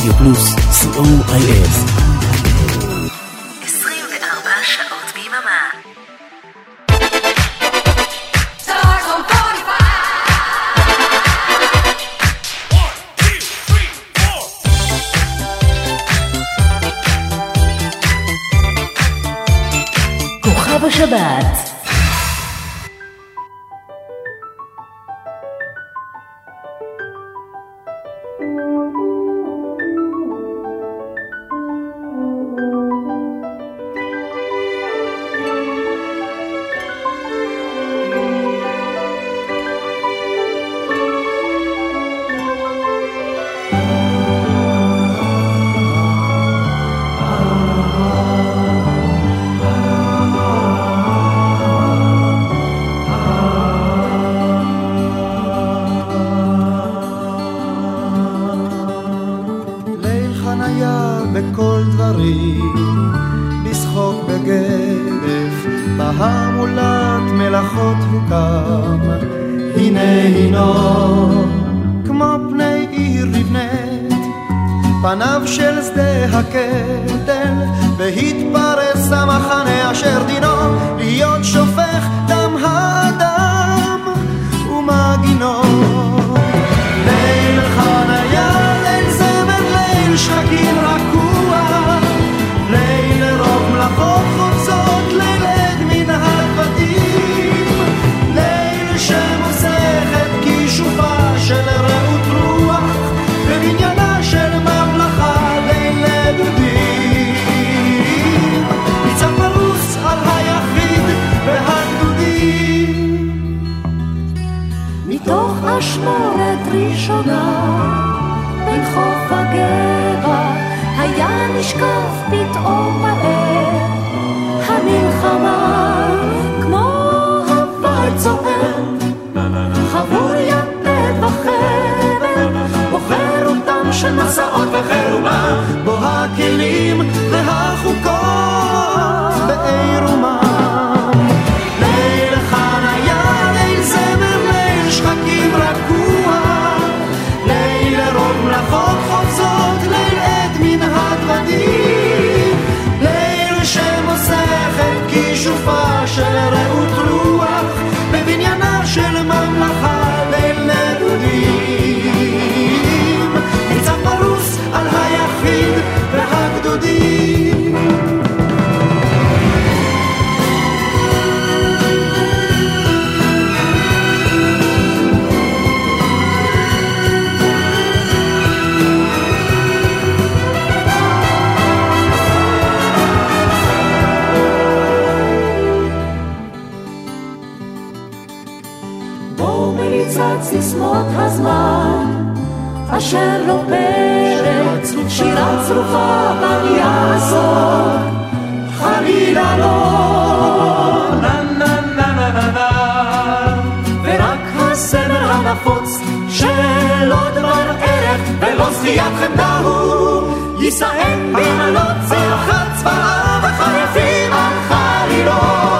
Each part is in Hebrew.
רדיו פלוס, COIF. 24 שעות ביממה. כוכב השבת. פניו של שדה הקטל והתפרס המחנה אשר דינו להיות שופך דם האדם ומגינו ליל חניה, ליל זמר, ליל שחקים רכוע, ליל רוב מלאכות חוצות, ליל עד מן הדבטים, ליל שמוסך את כישופה של רעות רוח ובניינה של ממלכה ליל דודים, ניצב פרוס על היחיד והגדודים. מתוך אשמורת ראשונה בין חוף הגבע היה נשקף פתאום מהר המלחמה כמו הוואי צוער חבור יתד וחבל בוחר אותם של מסעות וחירומה בו הכלים והחוקות בעירומם ליל חניה, ליל זמר, ליל שחקים רכוע, ליל רוב מלאכות חופזות, ליל עד מן הדבטים, ליל שמוסך את כישופה של רעות רוח בבניינה של ממלכה ליל דודים, ניצב פרוס על היחיד והגדודים. סיסמות הזמן אשר לא פרק שירה צרופה בל יעזור חלילה לא נה נה נה נה נה נה ורק הסמר הנפוץ של עוד דבר ערך ולא זכיית חמדה הוא יישאם בעלות צלחת צבאה וחריפים על חלילות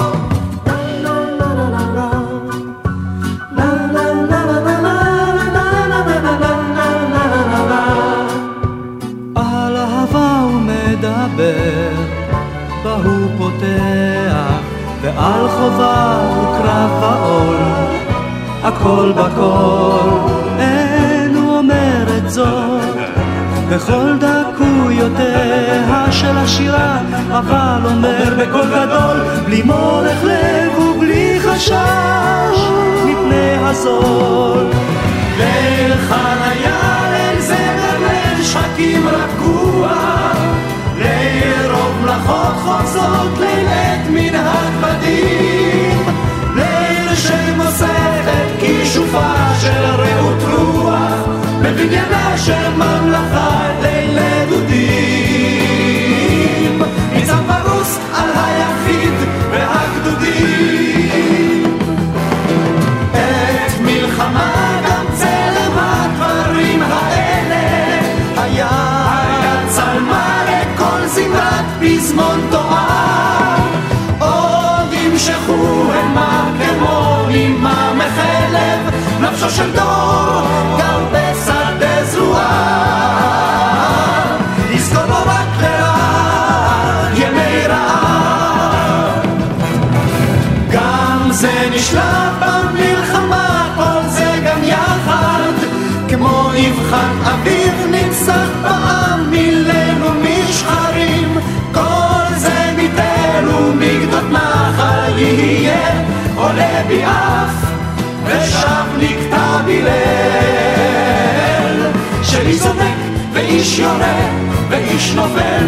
בהוא פותח ועל חובה וקרב ועול הכל בכל אין הוא אומר את זאת בכל דקויותיה של השירה אבל אומר בקול גדול בלי מורך לב ובלי חשש מפני הזול ליל חניה, ליל זמר, ליל שחקים רכוע ליל רוב מלאכות חוצות, ליל עד מן הדבטים, ליל שמוסך את כישופה של רעות רוח בבניינה של ממלכה ליל דודים, ניצב פרוס על היחיד והגדודים. את מלחמה גם צלם הדברים האלה היה צלמה לכל זמרת פזמון תואר עוד ימשכו המה כמו נימה מחלב נפשו של דור גם בשדה זרוע זה נשלט במלחמה, כל זה גם יחד, כמו נבחן אוויר נצח בעם, מילנו משחרים, כל זה מתל ומגדות נחל יהיה, עולה בי אף ושם נקטע בי ליל, שלי צודק ואיש יורה ואיש נופל,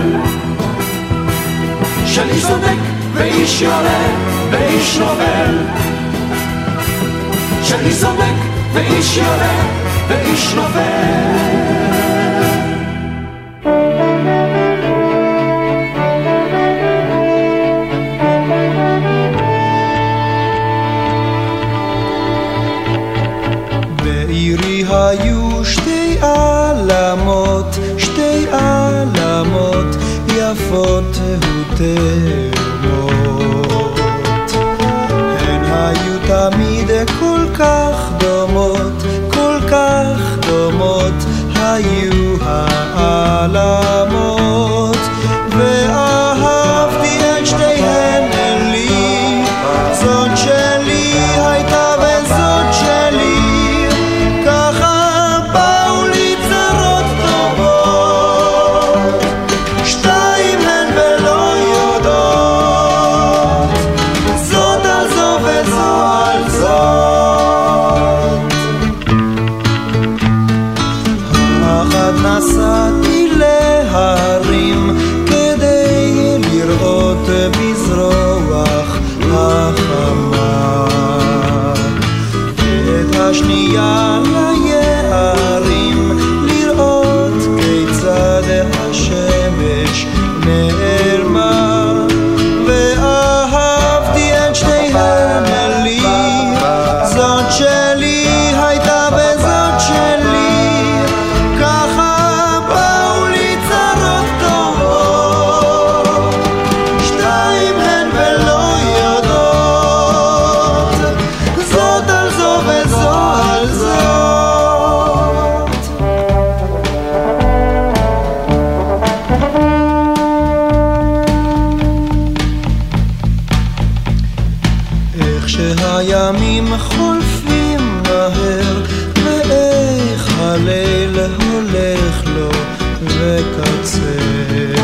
שלי צודק ואיש יורה ואיש נופל, שלי צודק ואיש יורה ואיש נופל. בעירי היו שתי עלמות יפות ותאומות, הן היו תמיד כל כך דומות היו העלמות, ואהבתי את שתיהן לי, זאת שלי הייתה וזאת שלי, ככה באו לי צרות טובות, שתיים הן ולא יודעות, זאת על זו וזו על זאת. אחת נסעתי להרים כדי לראות בזרוח החמה, ואת השנייה ליערים לראות כיצד השמש נעלמה, ואהבתי את שתיהן לי, זאת שלי הייתה וזאת שלי, ככה באו לי צרות טובות, שתיים הן ולא יודעות, זאת על זו וזו על זאת. איך שהימים חולפים מהר, ואיך הליל הולך לו וקצר,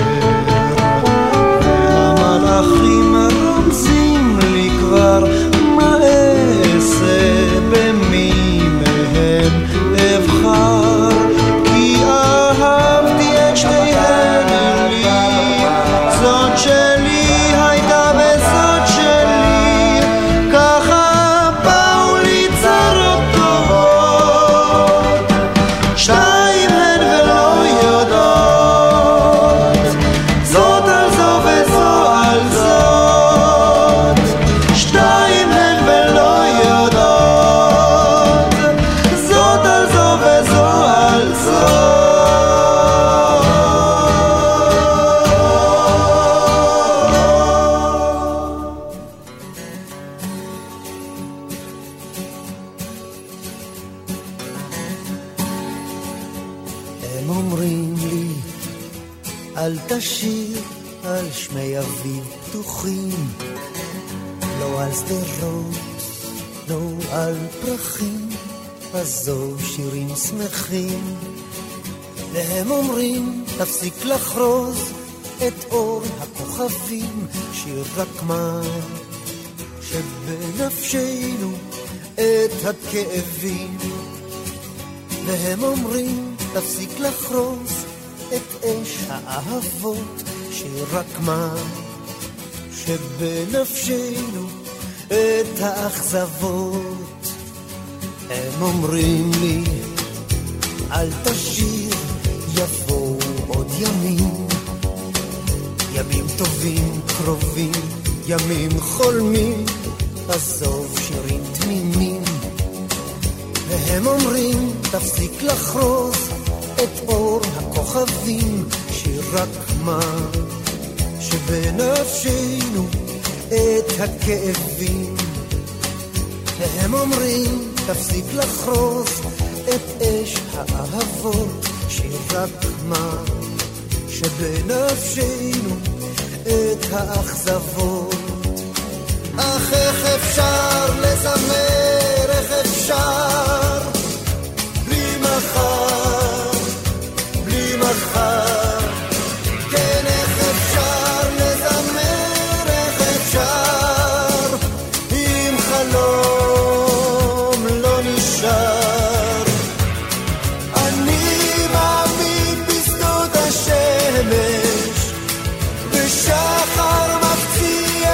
והמלאכים רומזים לי כבר מה אעשה, במי מהם אבחר, כי אהבתי את שתיהן לי, זאת שלי הייתה וזאת שלי, ככה באו לי צרות טובות, שתיים הן ולא יודעות, זאת על זו וזו על זאת, שתיים הן ולא יודעות, זאת על זו וזו על זאת. הם אומרים לי אל תשיר על שמי אביב פתוחים, לא על שדרות, לא על פרחים, עזוב שירים שמחים. והם אומרים תפסיק לחרוז את אור הכוכבים, שיר רק מה שבנפשנו את הכאבים. והם אומרים תפסיק לחרוז את אש האהבות, שרק מה שבנפשנו את האכזבות. הם אומרים לי אל תשיר, יבואו עוד ימים, ימים טובים קרובים, ימים חולמים, עזוב שירים תמימים. והם אומרים תפסיק לחרוז את אור הכוכבים, שרק מה שבנפשנו את הכאבים. והם אומרים תפסיק לחרוז את אש האהבות, שרק מה שבנפשנו את האכזבות. אך איך אפשר לזמר, איך אפשר בלי מחר, בלי מחר. כן, איך אפשר לזמר, איך אפשר אם חלום לא נשאר. אני מאמין בשדות השמש, בשחר מפציע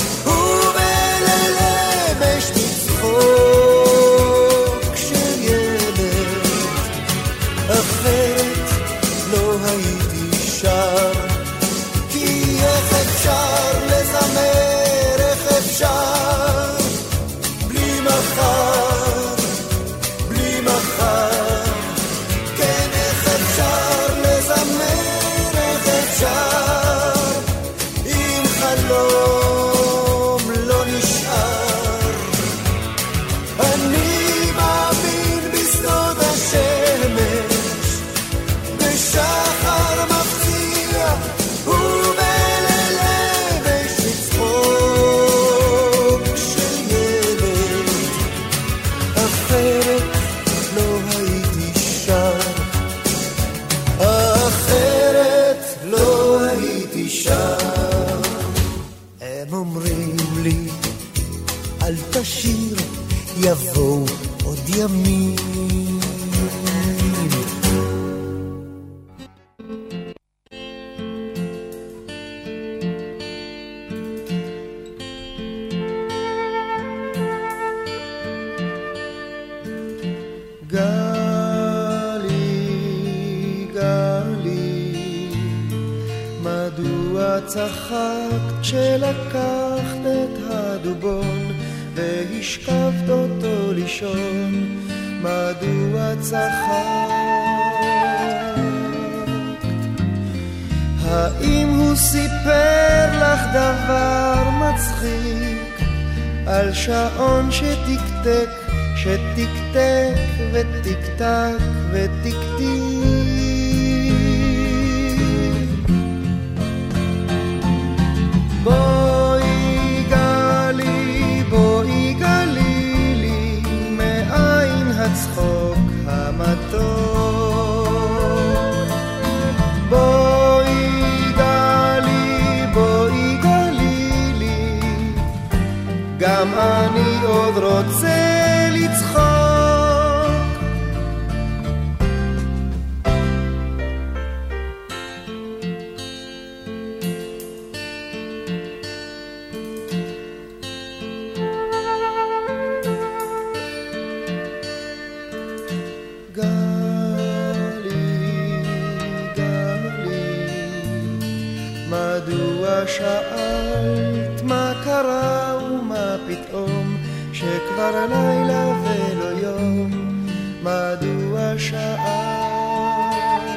ובללמש מצחוק של ילד. אחרת לא הייתי שר, כי איך אפשר לזמר, איך אפשר בלי מחר, בלי מחר. כן, איך אפשר לזמר, איך אפשר אם חלום לא נשאר. אני מאמין בשדות השמש, בשחר מפציע ובללמש מצחוק של ילד. אחרת לא הייתי שר, אחרת לא הייתי שר. הם אומרים לי אל תשיר, יבואו עוד ימים. גלי, גלי, מדוע צחקת כשלקחת את הדובון והשכבת אותו לישון? מדוע צחקת? האם הוא סיפר לך דבר מצחיק על שעון שתקתק, שתקתק ותקתק ותקתק? בואי גלי, בואי גלי לי מאין הצחוק המתוק. בואי גלי, בואי גלי לי, גם אני עוד רוצה לצחוק. שאלת מה קרה ומה פתאום שכבר לילה ולא יום? מדוע שאלת?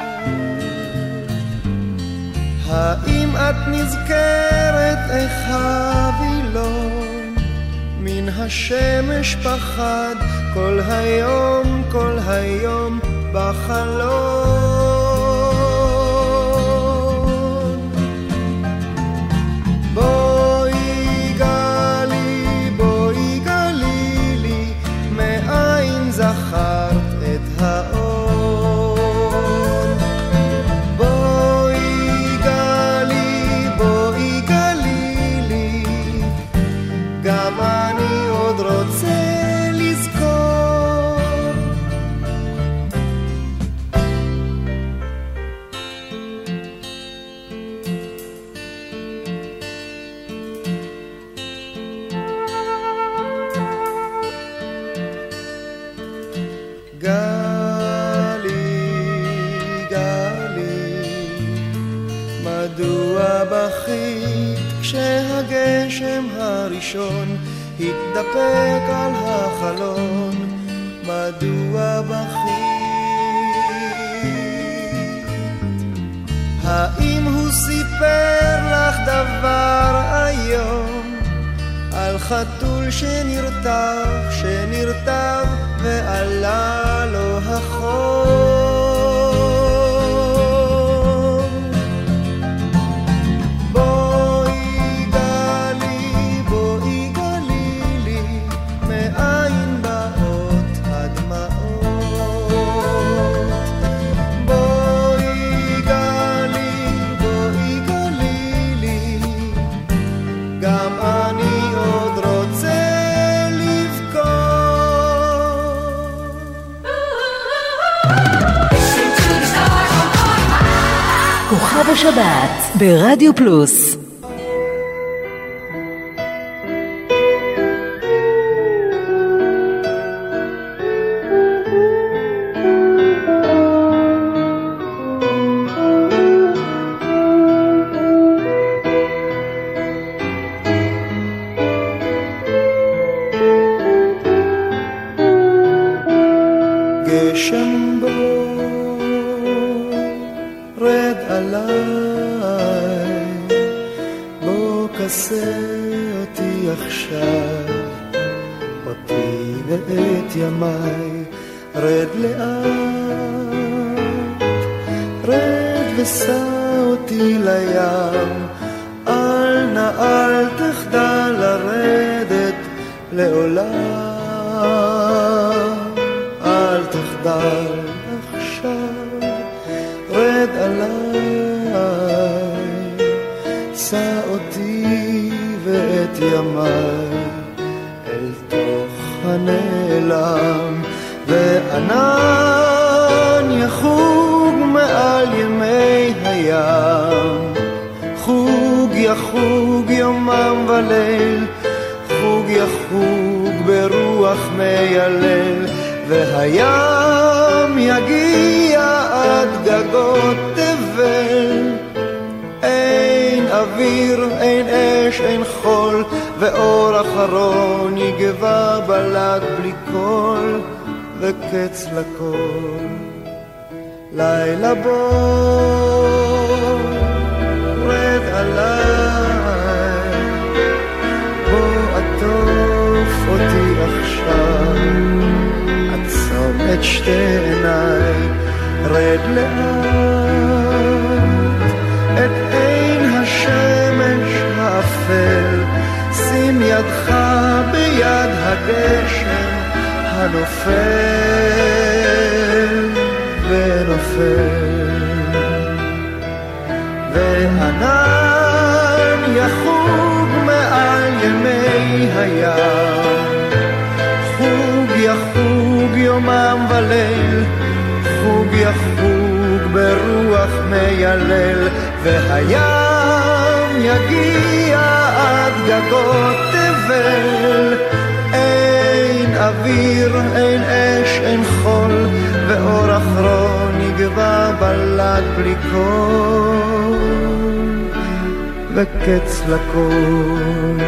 האם את נזכרת איך הווילון מן השמש פחד כל היום, כל היום בחלום? בואי גלי, בואי גלי לי, מאין זכרת את האור? בואי גלי, בואי גלי לי, גם אני עוד רוצה לזכור. מדוע בכית כשהגשם הראשון התדפק על החלון? מדוע בכית? האם הוא סיפר לך דבר היום על חתול שנרטב, שנרטב ועלה לו החול? בואי גלי, בואי מאין באות הדמעות. בואי גלי לי, גם אני עוד רוצה לבכות. כוכב השבת ברדיו פלוס. גשם בו רד עליי, בוא כסה אותי עכשיו, אותי ואת ימיי. רד לאט, רד וסע אותי לים, אל תחדל לרדת לעולם. אל תחדל עכשיו, רד עליי, סע אותי ואת ימיי אל תוך הנעלם, וענן יחוג מעל ימי הים. חוג יחוג יומם וליל, חוג יחוג ברוח מיילל, והים יגיע עד גגות תבל. אין אוויר, אין אש, אין חול, ואור אחרון יגבה בלט בלי קול, וקץ לכל. לילה בוא רד עליי, בוא עטוף אותי עכשיו, עצום את שתי עיניי, רד לאט את עין השמש האפל, שים ידך ביד הגשם הנופל ונופל, וענן יחוג מעל ימי הים. חוג יחוג יומם וליל, חוג יחוג ברוח מיילל, והים יגיע עד גגות תבל. אין אוויר, אין אש, אין חול, ואור אחרון יגבה בלט בלי קול, וקץ לכל.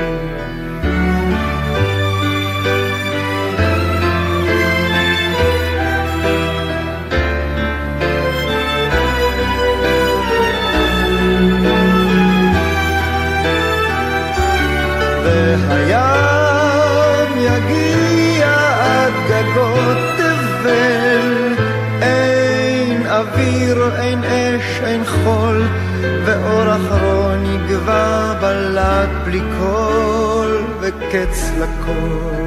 והים יגיע עד גגות תבל. אין אוויר, אין אש, אין חול, ואור אחרון יגבה בלט בלי קול, וקץ לכל.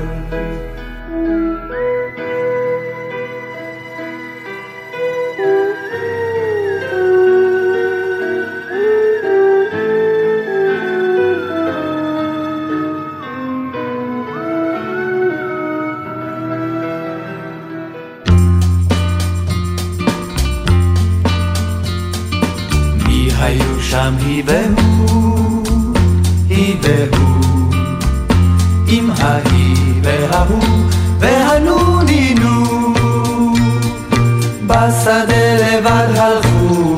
שם היא והוא, היא והוא, עם ההיא וההוא והנונינו, בשדה לבד הלכו,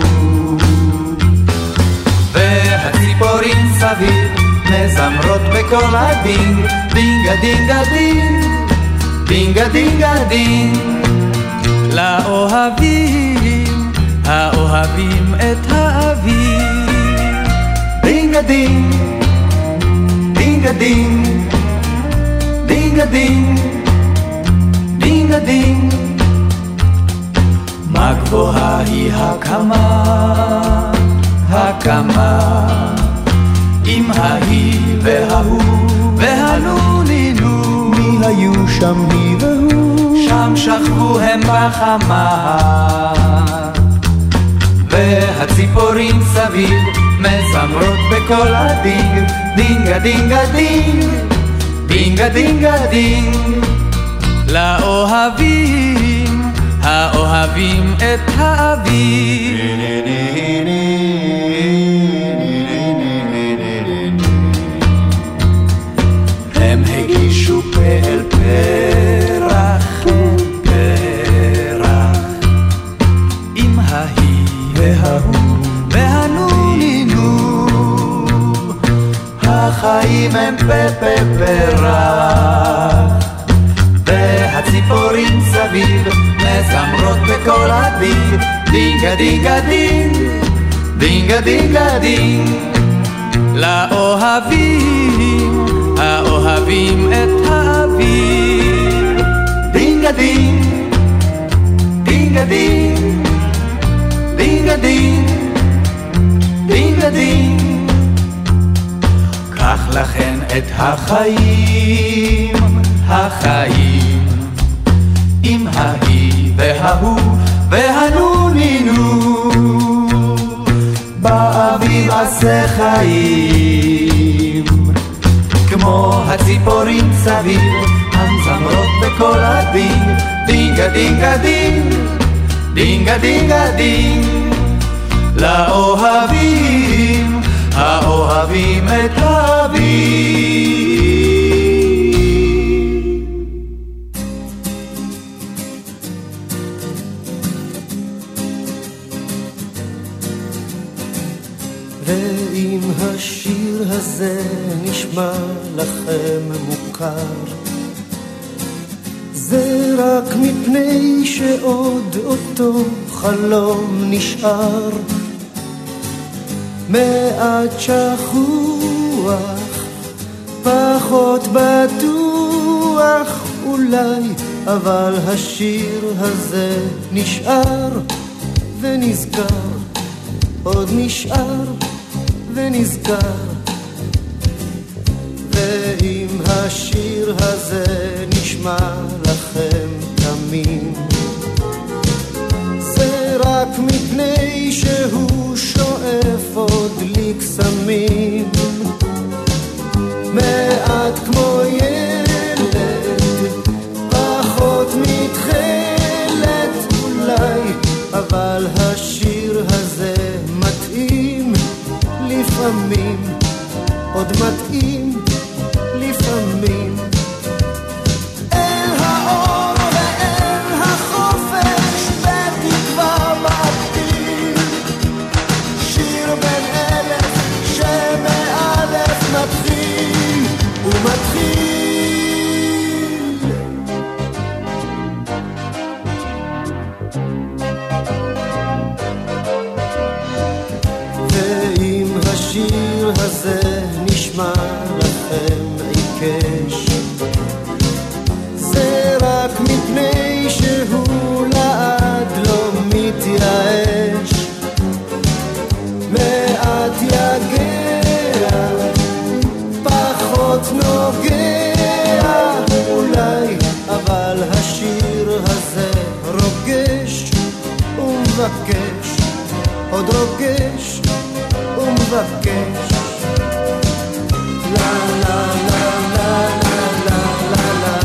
והציפורים סביב מזמרות בכל הדינג, דינגה דינגה דינג, דינגה דינגה דינג, לאוהבים האוהבים את האוויר. דינגה דינג, דינגה דינג, דינגה דינג, דינגה דינג. מה גבוהה היא הקמה, הקמה, עם ההיא וההוא והנונינו, היו שם היא והוא, שם שכבו הם בחמה, והציפורים סביב מזמרות בכל הדינג, דינגה דינגה דינג, דינגה דינגה דינג. לאוהבים האוהבים את האביב, הם הגישו פרח פרח עם ההיא וההוא והנונינו, החיים הם פרח והציפורים סביב מזמרות בכל הדינג, דינגה דינגה דינג, דינגה דינגה דינג. לאוהבים האוהבים את האביב, דינגה דינג, דינגה דינג, דינגה דינג, דינגה דינג. קח לכן את החיים, החיים עם ההיא וההוא והנונינו, באביב עשה חיים כמו הציפורים סביב המזמרות בכל הדינג, דינגה דינגה דינג, דינגה דינגה דינג. לאוהבים האוהבים את האביב. ואם השיר הזה נשמע לכם מוכר, זה רק מפני שעוד אותו חלום נשאר, מעט שכוח, פחות בטוח אולי, אבל השיר הזה נשאר ונזכר, עוד נשאר ונזכר. ואם השיר הזה נשמע לכם תמים, זה רק מפני שהוא שואף עוד לקסמים, מעט כמו ילד, פחות מתחילת אולי, אבל השיר הזה מתאים לפעמים, עוד מתאים לפעמים. אל האור ואל החופש בתקווה מתאים, שיר בן אלף שמאלף מתחיל ומתחיל. ואם השיר הזה נשמע לכם עיקש, זה רק מפני שהוא לעד לא מתייאש, מעט יגע, פחות נוגע אולי, אבל השיר הזה רוגש ומבקש, עוד רוגש ומבקש. לה לה לה לה לה לה לה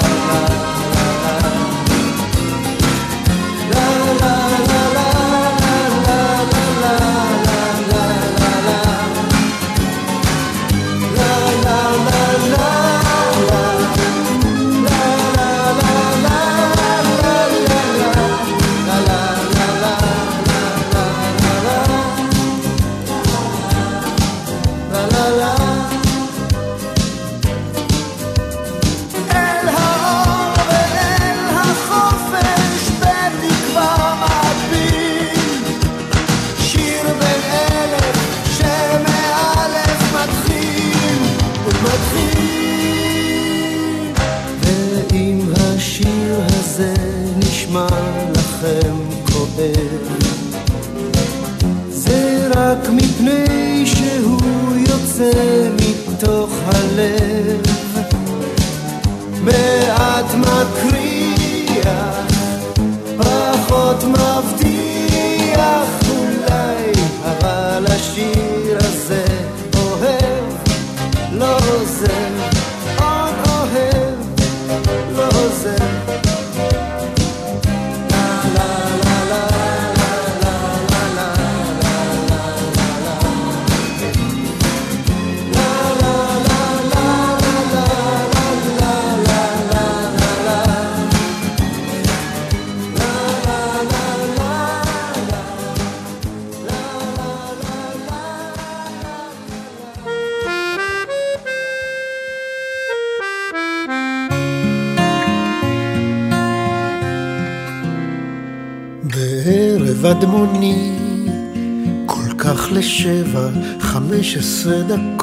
רק מפני שהוא יוצא מתוך הלב, מעט מקריח, פחות מבטיח אולי, אבל השיר הזה אוהב, לא עוזר, עוד אוהב, לא עוזר. אדמוני כל כך ל7:15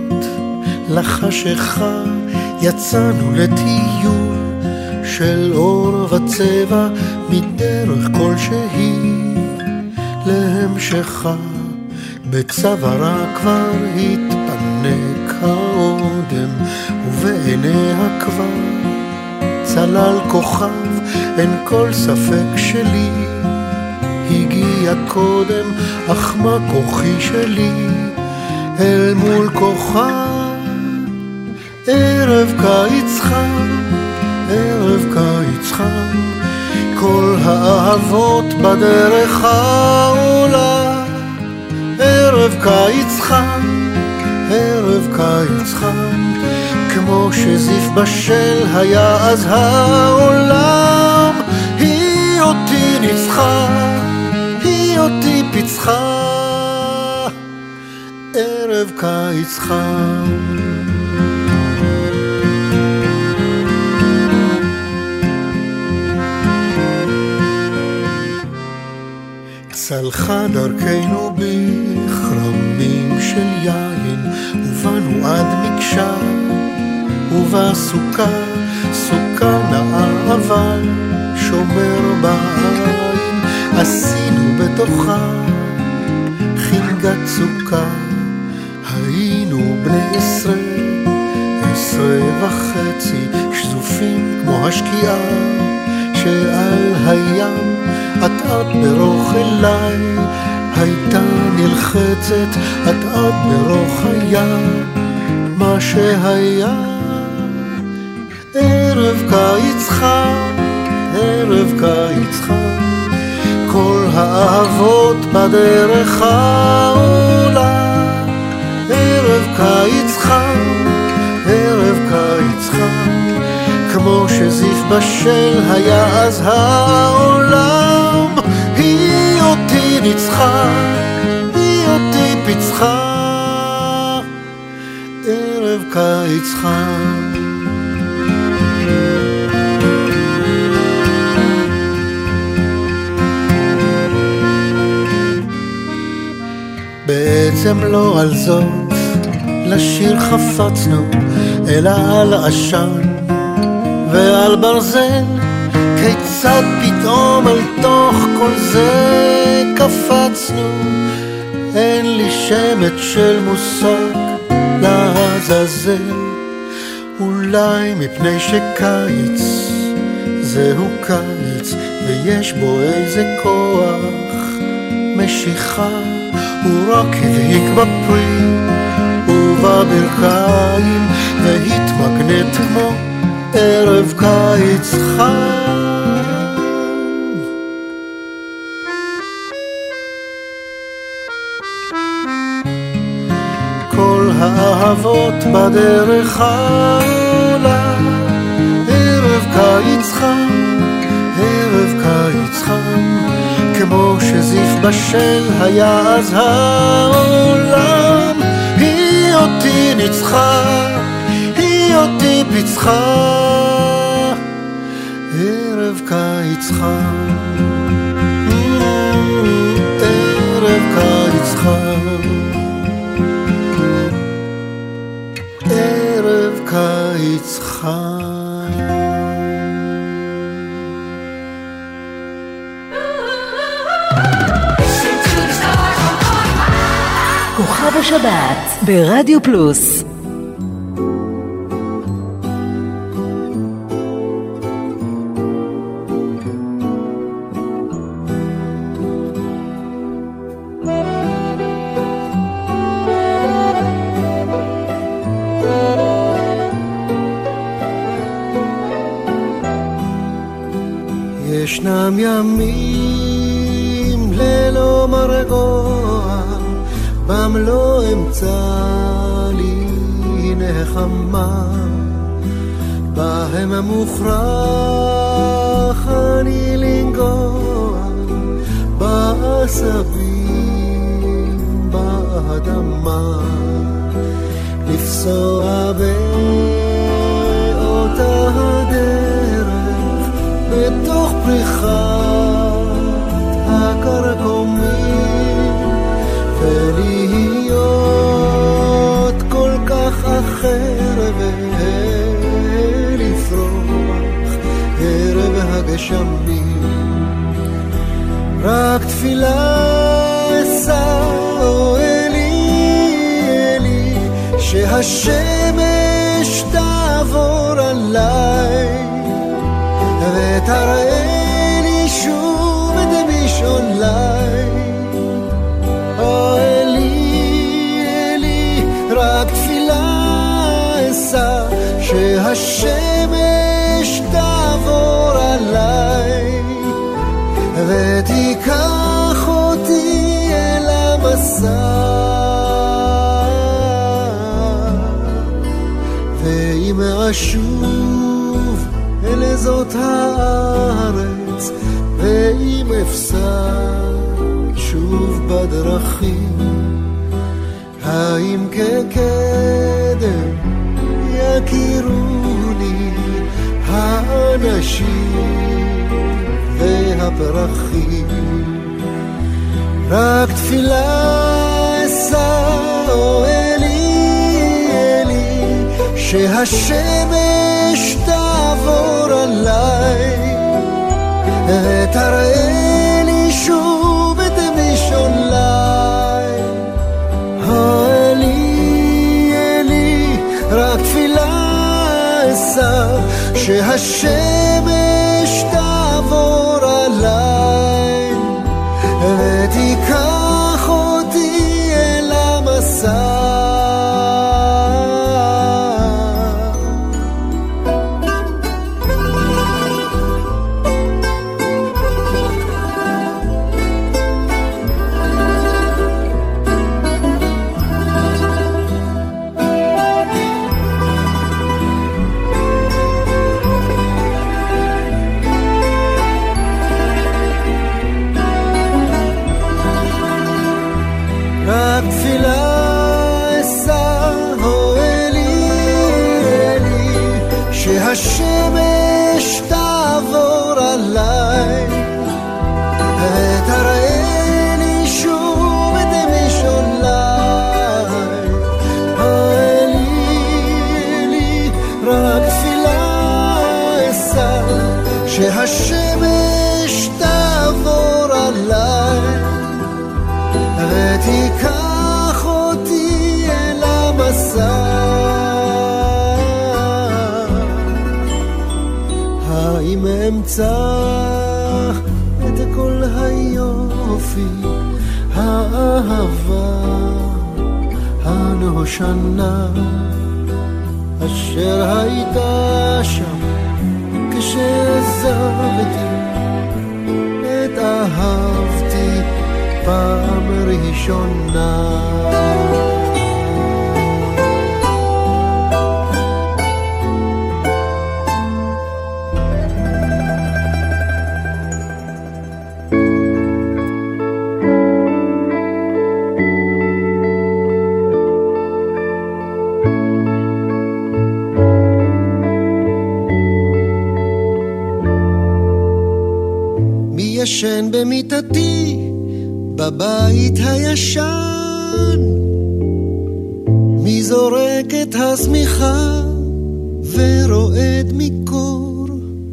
לחשיכה יצאנו לטיול של אור וצבע מדרך כלשהי להמשכה. בצווארה כבר התפנק האודם ובעיניה כבר צלל כוכב, אין כל ספק שלי הגיע קודם, אך מה כוחי שלי אל מול כוכב. ערב קיץ חם, ערב קיץ חם, כל האהבות בדרך העולה. ערב קיץ חם, ערב קיץ חם, כמו שזיף בשל היה אז העולם. היא אותי ניצחה, אותי פיצחה, ערב קיץ חם. צלחה דרכנו בחרמים של יין, ובנו עד מקשה, ובסוכה סוכה נאה אבל שומר בעין. עשינו בתוכה חינגת סוכה, היינו בני 10 שזופים כמו השקיעה שעל הים. את ברוך אליי הייתה נלחצת, את ברוך הים מה שהיה. ערב קיץ חם, ערב קיץ חם, כל האהבות בדרך העולה. ערב קיץ חם, ערב קיץ חם, כמו שזיף בשל היה אז העולם. היא אותי ניצחה, היא אותי פיצחה, ערב קיץ חם. בעצם לא על זאת לשיר חפצנו, אלא על עשן ועל ברזל. כיצד פתאום אל תוך כל זה קפצנו, אין לי שמץ של מושג לעזאזל. אולי מפני שקיץ זהו קיץ ויש בו איזה כוח משיכה. הוא רק הבהיק בפרי ובברכיים והתמגנט כמו ערב קיץ חם. כל האהבות בדרך העולה. ערב קיץ חם, ערב קיץ חם, כמו שזיף בשל היה אז העולם. היא אותי ניצחה, היא אותי פיצחה, ערב קיץ חם, ערב קיץ חם, ערב קיץ חם. כוכב השבת ברדיו פלוס. ישנם ימים ללא מרגוע, בם לא אמצא לי נחמה, בהם מוכרח אני לנגוע, בעשבים באדמה, לפסוע באותה הדרך בתוך פריחת הקרקומים, ולהיות כל כך אחר ולפרוח ערב הגשמים. רק תפילה אשא אלי אלי, שהשמש תעבור עליי ותראה לי שוב את משעולי. אלי אלי, רק תפילה אשא, שהשמש תעבור עליי ותיקח אותי אל המסע, ואם אשוב אל זאת הארץ, ואם אפסע שוב בדרכים, האם כקדם יכירוני האנשים והפרחים. רק תפילה אשא אלי אלי, שהשמש תעבור עליי ותראה לי שוב את משעולי. אלי אלי, רק תפילה אשא, שהשמש תעבור עליי ותיקח אותי אל המסע. רק תפילה אשא אלי אלי, שהשמש תעבור עליי ותראה לי שוב את משעולי. אלי אלי, רק תפילה אשא, שהשמש תעבור עליי ותיקח אותי אל המסע. האם אמצא את כל היופי, האהבה הנושנה, אשר הייתה שם כשעזבתי את אהבתי פעם ראשונה. מי ישן במיטתי בבית הישן? מי זורק את השמיכה ורועד מקור?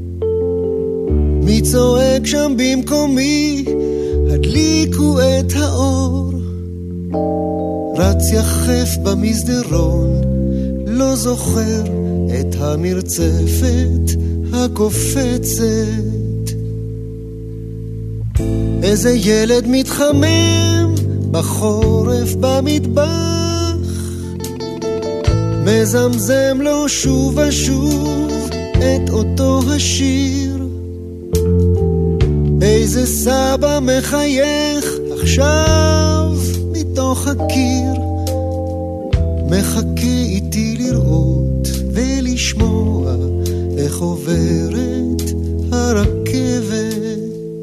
מי צועק שם במקומי, הדליקו את האור? רץ יחף במסדרון, לא זוכר את המרצפת הקופצת. איזה ילד מתחמם בחורף במטבח, מזמזם לו שוב ושוב את אותו השיר. איזה סבא מחייך עכשיו מתוך הקיר, מחכה איתי לראות ולשמוע איך עוברת הרכבת.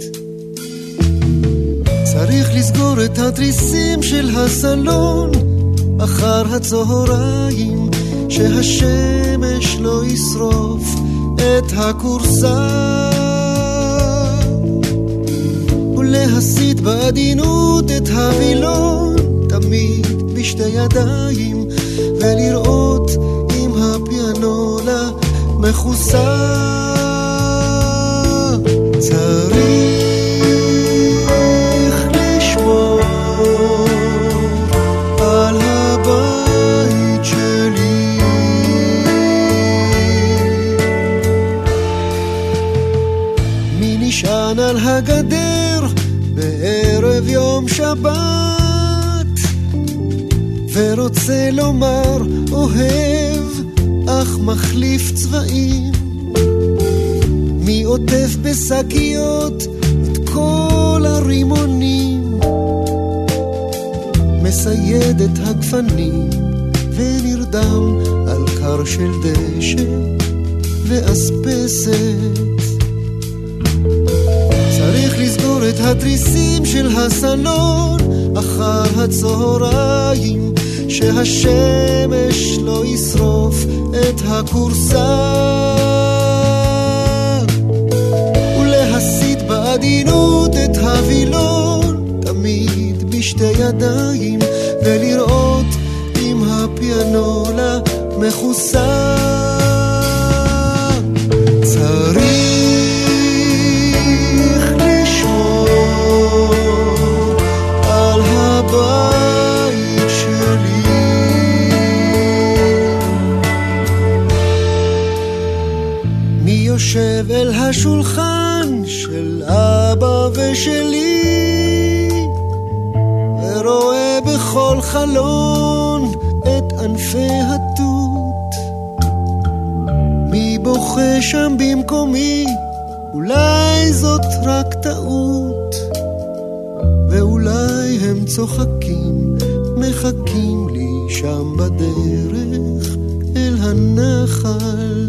צריך לסגור את התריסים של הסלון אחר הצהריים, שהשמש לא ישרוף את הכורסה, ולהסיט בעדינות את הווילון תמיד בשתי ידיים, ולראות אם הפיאנולה מכוסה. צריך לשמור על הבית שלי, מי נשען על הגדר בערב יום שבת ורוצה לומר אוהב אך מחליף צבעים, מי עוטף בשקיות את כל הרימונים, מסייד את הגפנים ונרדם על קר של דשא ואספסת. צריך לסגור את התריסים של הסלון אחר הצהריים, שהשמש לא ישרוף את הכורסה, ולהסיט בעדינות את הווילון תמיד בשתי ידיים, ולראות אם הפיאנולה מכוסה. צריך לשמור על הבית שלי, מי יושב אל השולחן של אבא ושלי ורואה בכל חלון את ענפי התות, מי בוכה שם במקומי, אולי זאת רק טעות, ואולי הם צוחקים מחכים לי שם בדרך אל הנחל.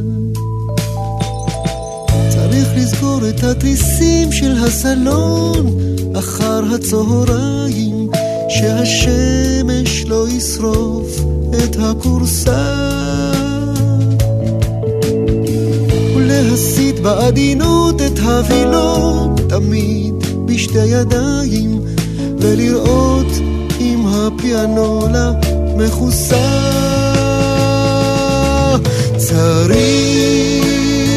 צריך לסגור את התריסים של הסלון אחר הצהריים, שהשמש לא ישרוף את הכורסה, ולהסיט בעדינות את הווילון תמיד בשתי ידיים, ולראות אם הפיאנולה מכוסה. צריך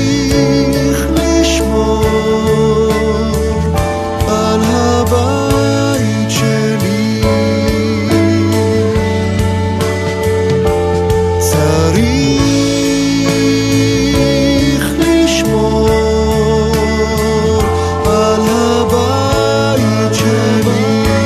לשמור על הבית שלי, צריך לשמור על הבית שלי,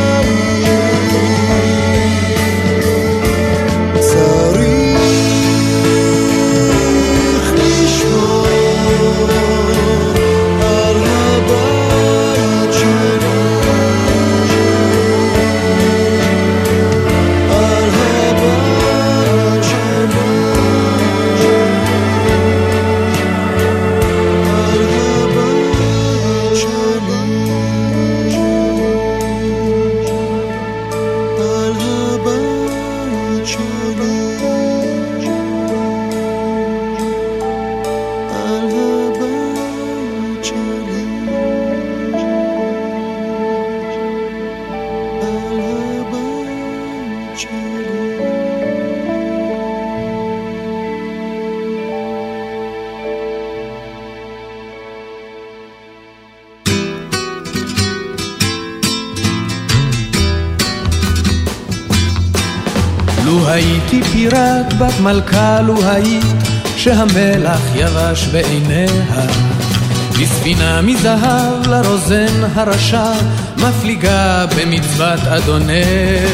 הייתי פירת בת מלכה, לו היית שהמלח יבש בעיניה, בספינה מזהב לרוזן הרשע מפליגה במצוות אדוניה.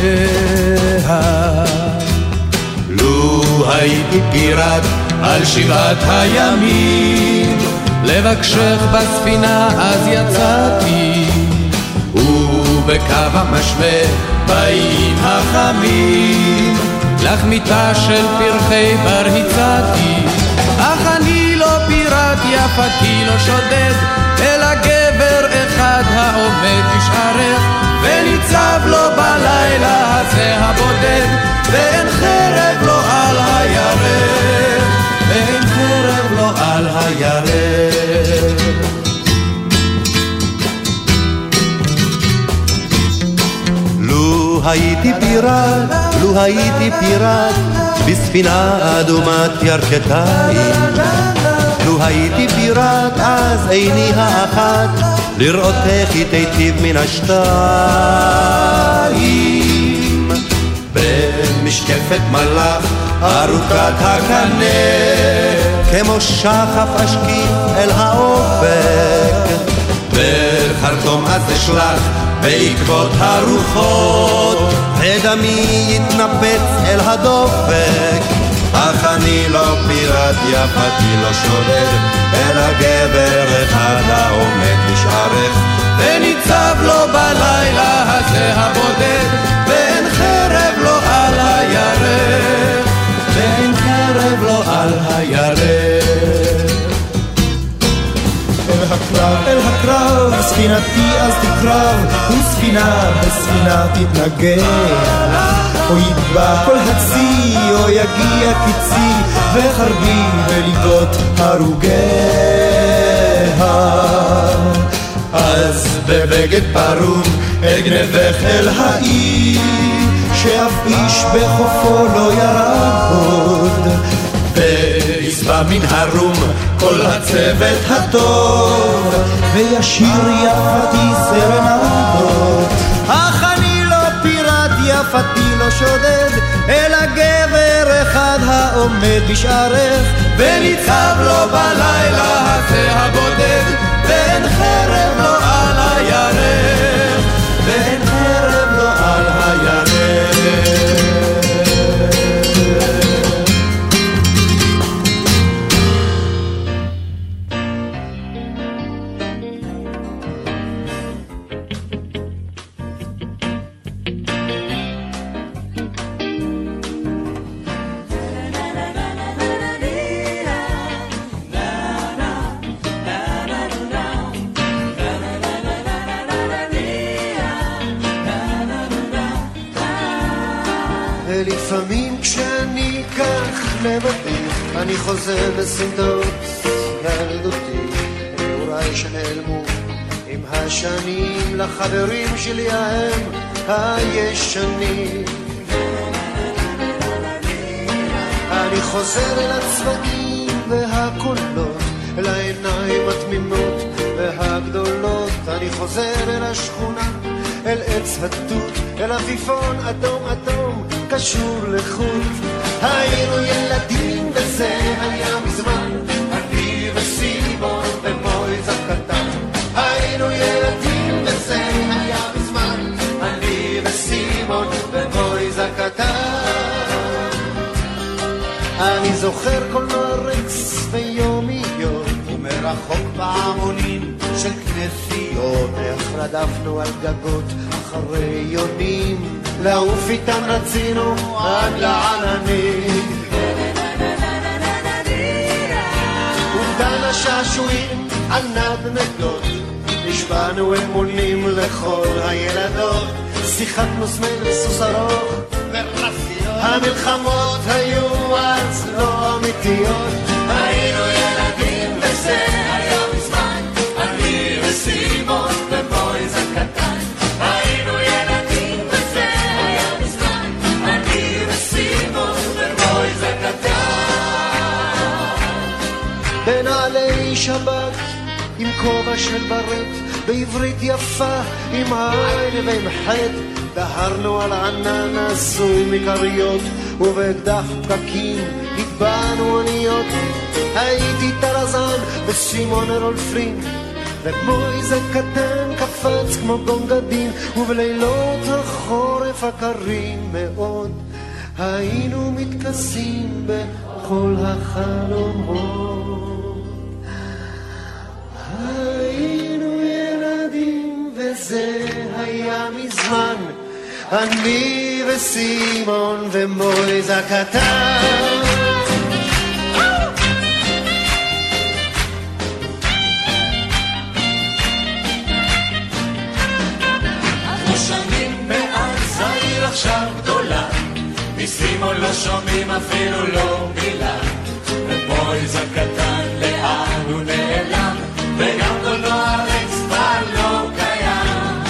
לו הייתי פירת על 7 הימים, לבקשך בספינה אז יצאתי, ובקו המשווה באים החמים. לך מיטה של פרחי בר הצעתי, אך אני לא פיראט, יפתי לא שודד, אלא גבר אחד העומד בשערך, וניצב לו בלילה הזה הבודד, ואין חרב לו על הירח, ואין חרב לו על הירח. לו הייתי פיראט בספינה אדומת ירכתיים, לו הייתי פיראט אז עיני האחת לראות איך היטיב מן השתיים. במשקפת מלאך ארוכת הקנה, כמו שחף אשקיף אל האופק, בחרטום אז אשלח בעקבות הרוחות, ודמי יתנפץ אל הדופק. אך אני לא פיראט, יפתי לא שודד, אלא גבר אחד העומד בשערך, וניצב לו בלילה הזה הבודד, ואין חרב לו על הירח, ואין חרב לו על הירח. אל הקרב, ספינתי אז תקרב, וספינה בספינה תתנגח, או יטבע כל הצי, או יגיע קיצי, וחרבי בליגות הרוגיה. אז בבגד פרום אגנבך אל העיר, שאף איש בחופו לא ירד, ויסבע מן הרום כל הצוות הטוב, וישיר יפתי סרנדות. אך אני לא פיראט, יפתי לא שודד, אלא גבר אחד העומד בשערך, וניצב לו בלילה הזה הבודד, ואין חרב לו על הירח, ואין חרב לו על הירח. לפעמים כשאני כך לבדי, אני חוזר לסמטות ילדותי, נוריי שנעלמו עם השנים, לחברים שלי ההם הישנים. אני חוזר אל הצבעים והקולות, אל העיניים התמימות והגדולות. אני חוזר אל השכונה, אל עץ התות, אל אביפון אדום אדום קשור לחוט. היינו ילדים וזה היה מזמן, אני וסימון ומויז הקטן. היינו ילדים וזה היה מזמן, אני וסימון ומויז הקטן. אני זוכר קולנוע רקס ויומיות, ומרחוק פעמונים של כנפיות, איך רדפנו על גגות אחרי יונים, לעוף איתם רצינו עד לעננים. ובדן השעשועים על נדנדות, נשבענו אמונים לכל הילדות, שיחקנו סמל סוס ארוך ורסיות, המלחמות היו אז לא אמיתיות. היינו ילדים וזה היה מזמן, אני וסימון ומויז הקטן. היינו ילדים וזה היה מזמן, אני וסימון ומויז הקטן. בנעלי שבת עם כובע של ברט, בעברית יפה עם עין ועם חד, דהרנו על ענן עשוי מקריות, ובאקדח פקקים התבענו אוניות. הייתי טרזן וסימון רולפרין, ומויז הקטן קפץ כמו גונגדין, ובלילות החורף הקרים מאוד היינו מתכסים בכל החלומות. היינו ילדים וזה היה מזמן, מזמן, אני וסימון ומויז הקטן. שנים מאז העיר עכשיו גדולה, מסימון לא שומעים אפילו לא מילה, ומויז הקטן לאן הוא נעלם, וגם קולנוע רקס כבר לא קיים.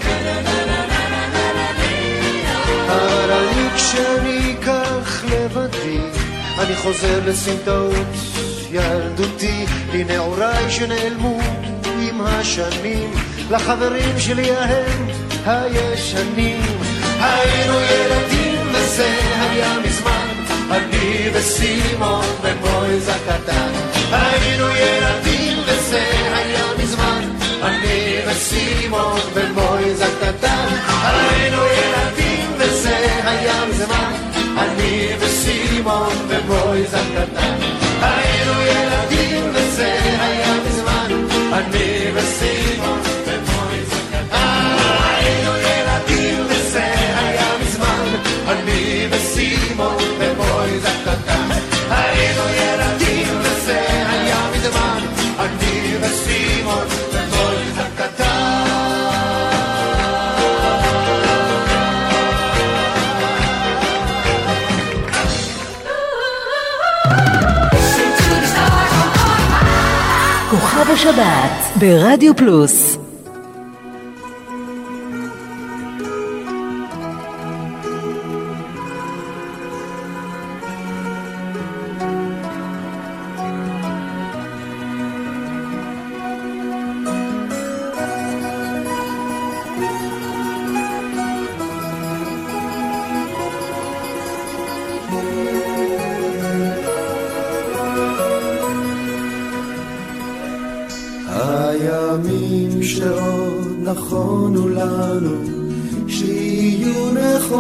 אבל אני כשאני כך לבדי, אני חוזר לסמטאות ילדותי, לנעוריי שנעלמו עם השנים, לחברים שלי ההם הישנים. היינו ילדים וזה היה מזמן, אני וסימון ומויז הקטן. היינו ילדים וזה היה מזמן, אני וסימון ומויז הקטן. היינו ילדים וזה היה מזמן, אני וסימון ומויז הקטן. היינו ילדים וזה היה מזמן, אני וסימון ומויז הקטן. היינו ילדים וזה היה מזמן, אני וסימון ומויז הקטן. היינו ילדים וזה היה מזמן, אני וסימון ומויז הקטן. כוכב השבת ברדיו פלוס. הימים שעוד נכונו לנו שיהיו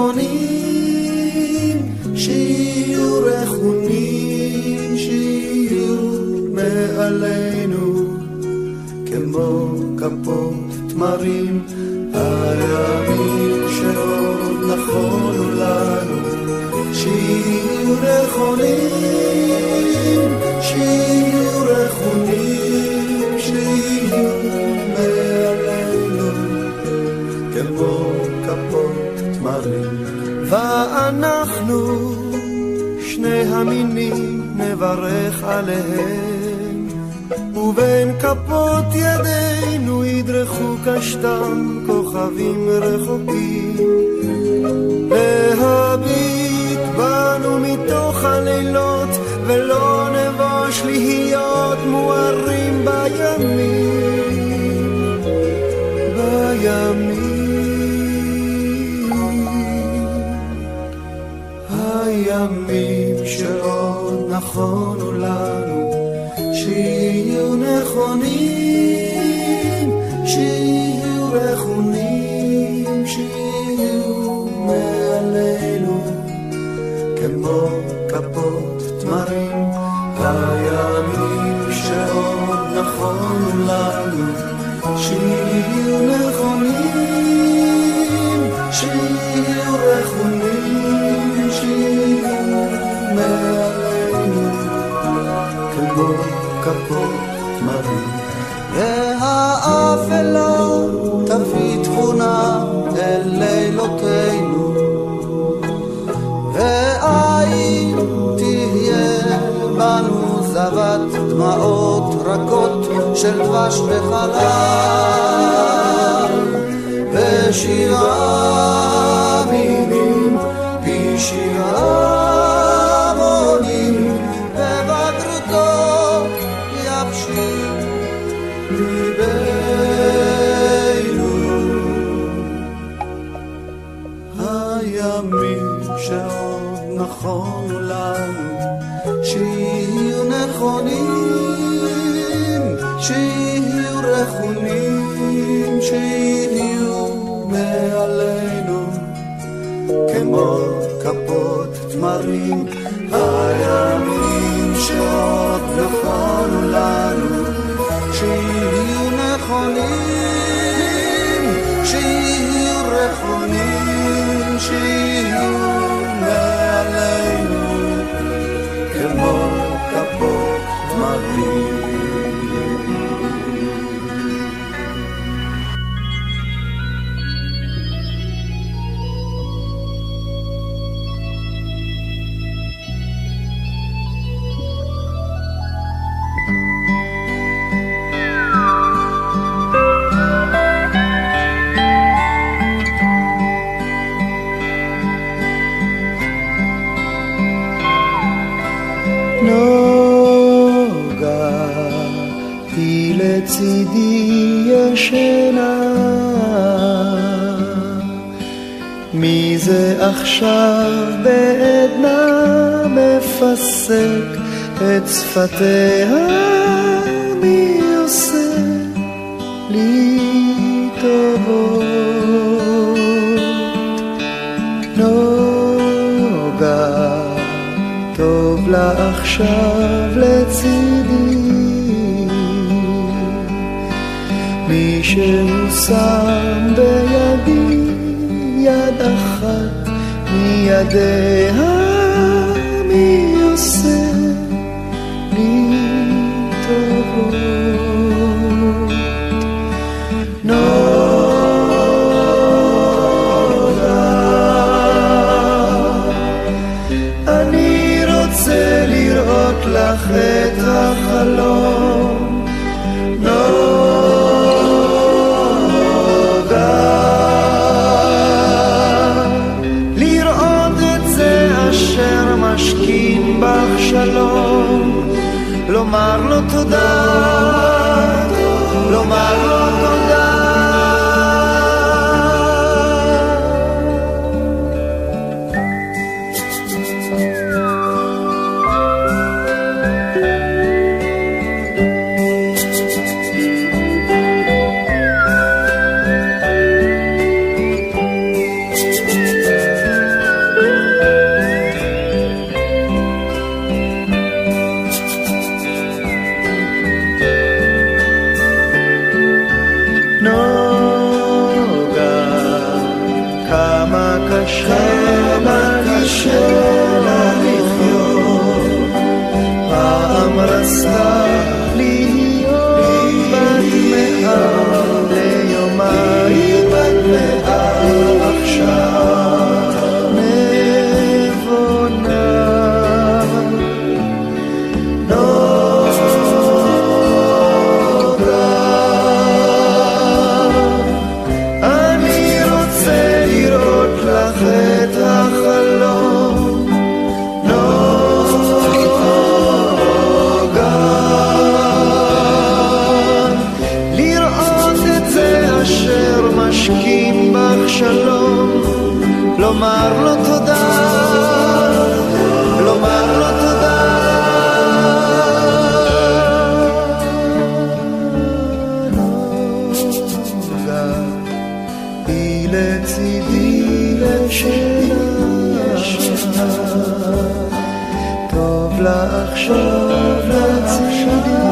נכונים, שיהיו רחונים, שיהיו מעלינו כמו כפות תמרים. הימים שעוד נכונו לנו שיהיו נכונים, שיהיו רחונים, שיהיו מעלינו כמו כפות תמרים. ואנחנו שני המינים נברך עליהם, ובין כפות ידינו ידרכו כשתם כוכבים רחוקים, להביט בנו מתוך הלילות ולא נבוש להיות מוארים בימים, בימים. הימים שעוד נכונו לנו שיהיו נכונים, שיהיו רחונים, שיהיו מעלינו כמו כפות תמרים. הימים שעוד נכונו לנו שיהיו נכונים, שיהיו רחונים, שיהיו מעלינו כמו כפות תמרים. והאפלה תביא תבונה אל לילותינו, ואין תהיה בנו זבת דמעות רכות של דבש וחלב, ושירה מילים פי שירה מונים, ובגרותו יבשיל ליבנו. הימים שעוד נכונו לנו שיהיו נכונים, שיהיו רחונים, שיהיו מעלינו כמו כפות תמרים. הימים שעוד נכונו לנו שיהיו נכונים, שיהיו רחונים, ימים שיהיו מעלינו כמו כפות מרים. לצידי ישנה, מי זה עכשיו בעדנה מפסק את שפתיה, מי עושה לי טובות. נוגה טוב לה עכשיו לצידי, מי שהוא בידי יד אחת מידיה, מי עושה לי טובות. נוגה, אני רוצה לראות לך את החלום. משכין בך שלום, לומר לו תודה, לומר לו תודה. לומר לו תודה, לומר לו תודה. נוגה היא לצידי לשנה, טוב לה עכשיו לצידי.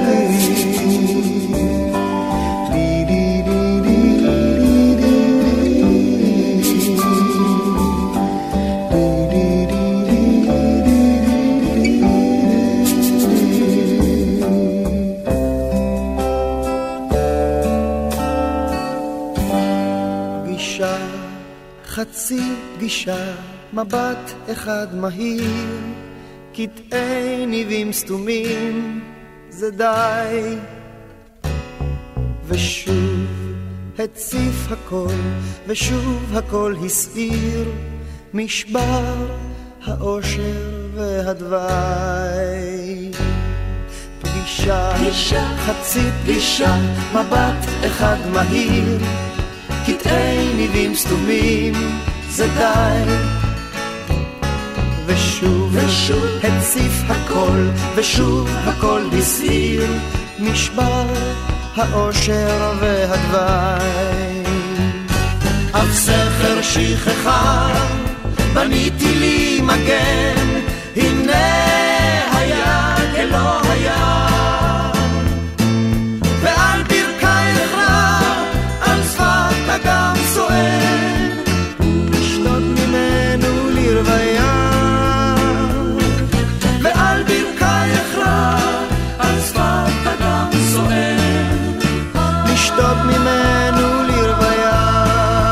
חצי פגישה, מבט אחד מהיר, קטעי ניבים סתומים, זה די. ושוב הציף הכל, ושוב הכל הסעיר, משבר האושר והדווי. פגישה, חצי פגישה, מבט אחד מהיר, קטעי ניבים סתומים, זה די. ושוב הציף הכל, ושוב הכל הסעיר, משבר האושר והדווי. אף סכר שכחה בניתי לי מגן, הנה היה כלא היה, ועל ברכי נחרב, על שפת אגם סואן, לשתות ממנו לרוויה.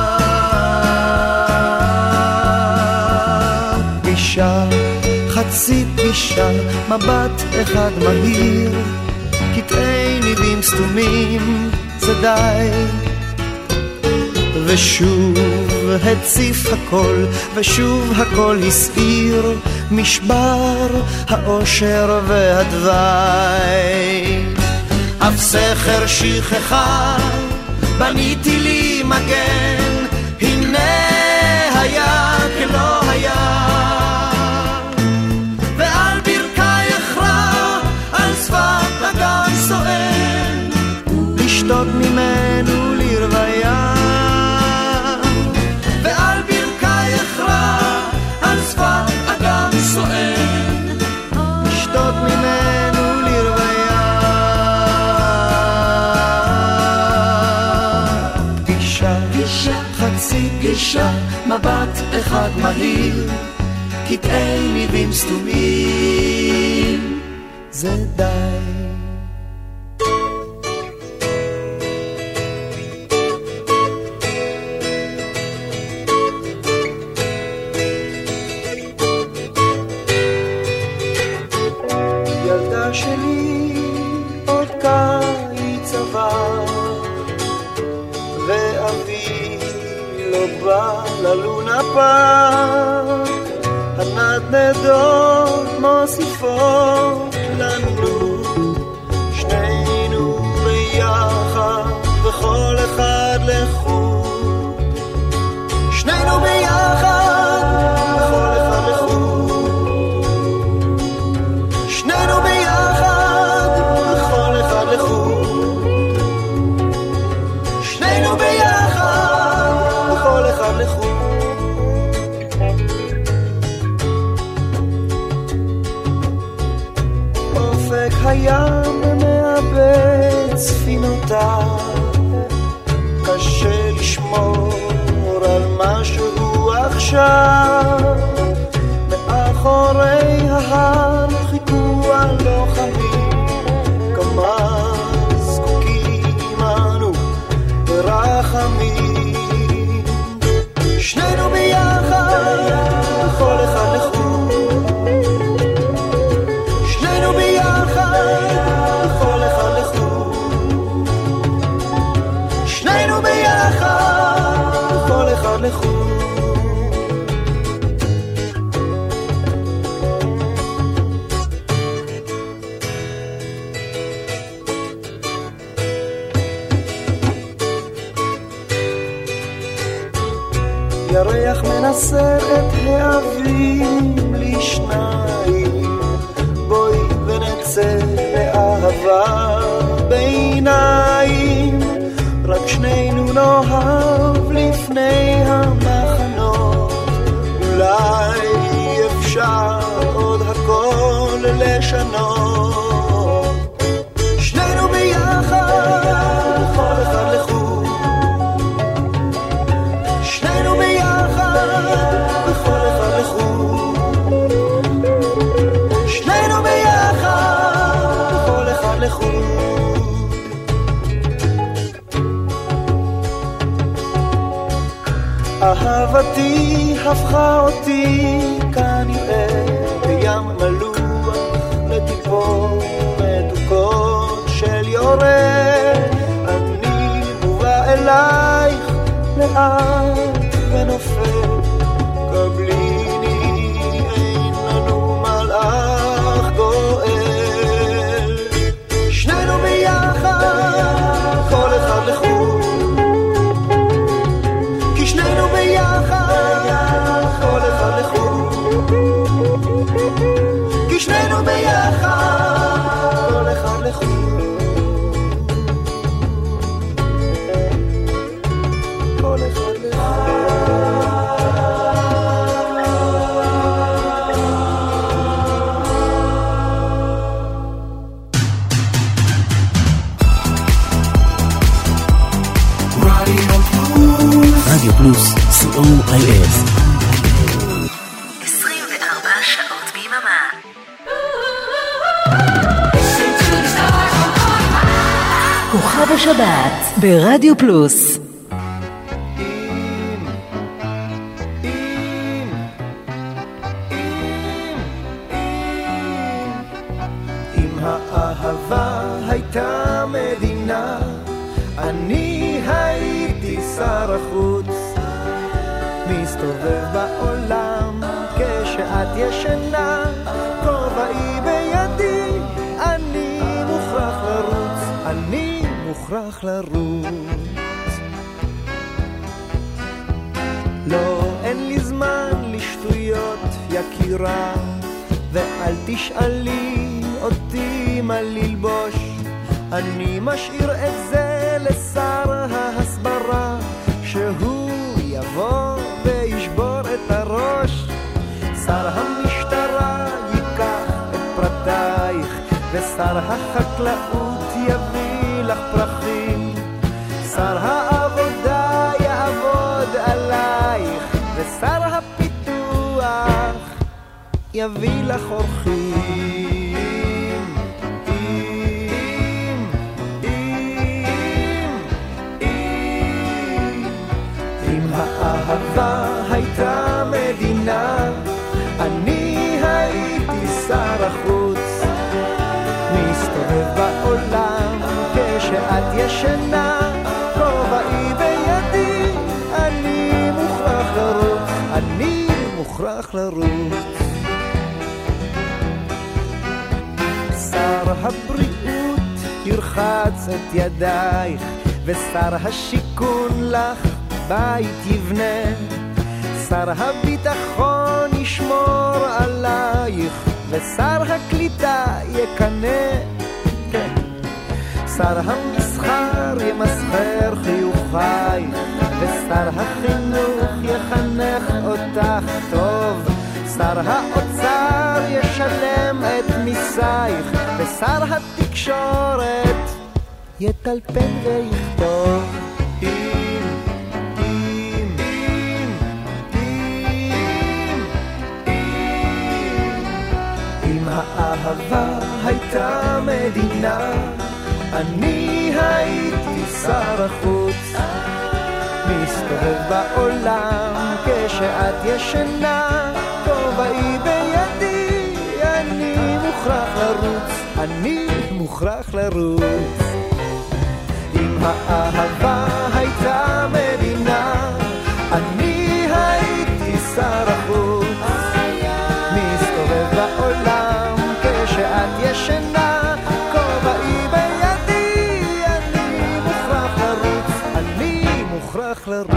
פגישה, חצי פגישה, מבט אחד מהיר, קטעי ניבים סתומים, זה די. ושוב הציף הכל, ושוב הכל הסעיר, משבר האושר והדווי. אף סכר שכחה, בניתי לי מגן, הנה היה כלא היה. ועל ברכי אחרא, על שפת הגן סואן, לשתות ממנו לרוויה. ועל ברכי אחרא, על שפת הגן סואן, לשתות ממנו לרוויה. פגישה, חצי פגישה, מבט אחד מהיר, קטעי ניבים סתומים, זה די. ילדה שלי עוד קיץ עבר, ואבי לא בא ללונה פארק, הנדנדות מוסיפות לנו, שנינו ביחד וכל אחד לחוד, שנינו ביחד וכל אחד לחוד, שנינו ביחד וכל אחד לחוד, שנינו ביחד וכל אחד לחוד. הים מאבד ספינותיו, קשה לשמור על משהו עכשיו, מאחורי ההר חיכו הלוחמים, כמה זקוקים אנו ברחמים, שנינו ביחד וכל אחד לחוד, שנינו ביחד וכל אחד לחוד, שנינו ביחד וכל אחד לחוד. ירח מנסר את האבים לשניים, בואי ונצא לאהבה בעיניים, רק שנינו נאהב לפני המחנות, אולי אפשר עוד הכל לשנות, שנינו ביחד וכל אחד לחוד, שנינו ביחד וכל אחד לחוד, שנינו ביחד וכל אחד לחוד. אהבתי הפכה אותי כנראה בים מלוח לטיפות מתוקות של יורד, אני מובא אלייך לאט ונופל, קבליני אין לנו מלאך גואל, שנינו ביחד כל אחד לחוד, כי שנינו ביחד כל אחד לחוד, כי שנינו ביחד כל אחד לחוד, כל אחד לחוד. רדיו פלוס, COIS. 24 שעות ביממה. כוכב השבת ברדיו פלוס. אם האהבה הייתה מדינה, אני הייתי שר החוץ, מסתובב בעולם כשאת ישנה, כובעי בידי, אני מוכרח לרוץ, אני מוכרח לרוץ. לא, אין לי זמן לשטויות יקירה, ואל תשאלי אותי מה ללבוש, אני משאיר את זה לשר ההסברה, שהוא יבוא וישבור את הראש. שר המשטרה ייקח את פרטייך, ושר החקלאות יביא לך פרחים, שר העבודה יעבוד עלייך, ושר הפיתוח יביא לך אורחים. אם האהבה הייתה מדינה, אני הייתי שר החוץ, מסתובב בעולם כשאת ישנה, כובעי בידי, אני מוכרח לרוץ, אני מוכרח לרוץ. שר הבריאות ירחץ את ידייך, ושר השיכון לך בית יבנה, שר הביטחון ישמור עלייך, ושר הקליטה יקנה, כן. שר המסחר ימסחר חיוכייך, ושר החינוך יחנך אותך טוב, שר האוצר ישלם את מיסייך, ושר התקשורת יטלפן ויכתוב. אם האהבה הייתה מדינה, אני הייתי שר החוץ, מסתובב בעולם כשאת ישנה, כובעי בידי, אני מוכרח לרוץ, אני מוכרח לרוץ. אם האהבה הייתה מדינה, אני הייתי שר החוץ, מסתובב בעולם כשאת ישנה, כובעי בידי, אני מוכרח לרוץ, אני מוכרח לרוץ.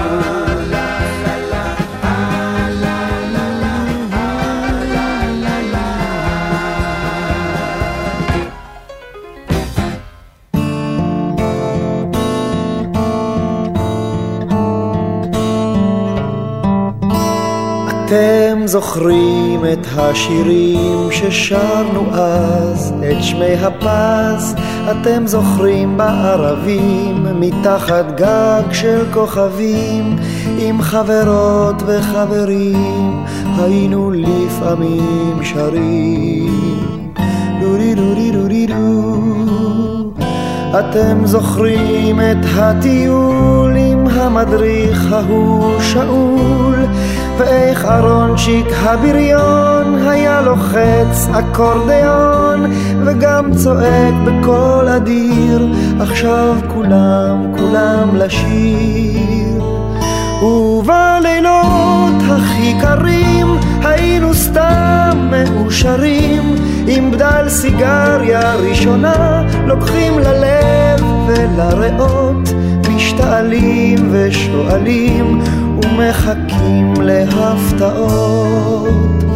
אתם זוכרים את השירים ששרנו אז, את שמי הפז, אתם זוכרים בערבים, מתחת גג של כוכבים, עם חברות וחברים, היינו לפעמים שרים. דורי דורי דורי דו. אתם זוכרים את הטיול עם המדריך ההוא שאול, ואיך ארונצ'יק הבריון היה לוחץ אקורדיון וגם צועק בקול אדיר, עכשיו כולם לשיר. ובלילות הכי קרים היינו סתם מאושרים, עם בדל סיגריה ראשונה לוקחים ללב ולריאות, משתעלים ושואלים ומחכים להפתעות.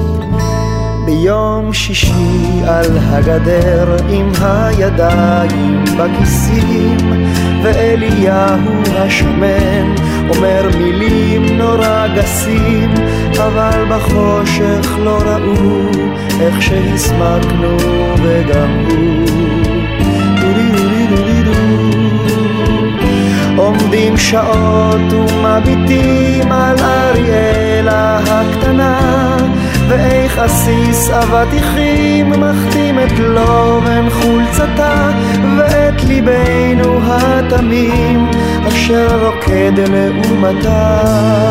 ביום שישי על הגדר עם הידיים בכיסים, ואליהו השמן אומר מילים נורא גסים, אבל בחושך לא ראו איך שהסמקנו וגם הוא. עומדים שעות ומביטים על אריאלה הקטנה, ואיך עסיס אבטיחים מחתים את לובן חולצתה ואת ליבנו התמים אשר רוקד לעומתה.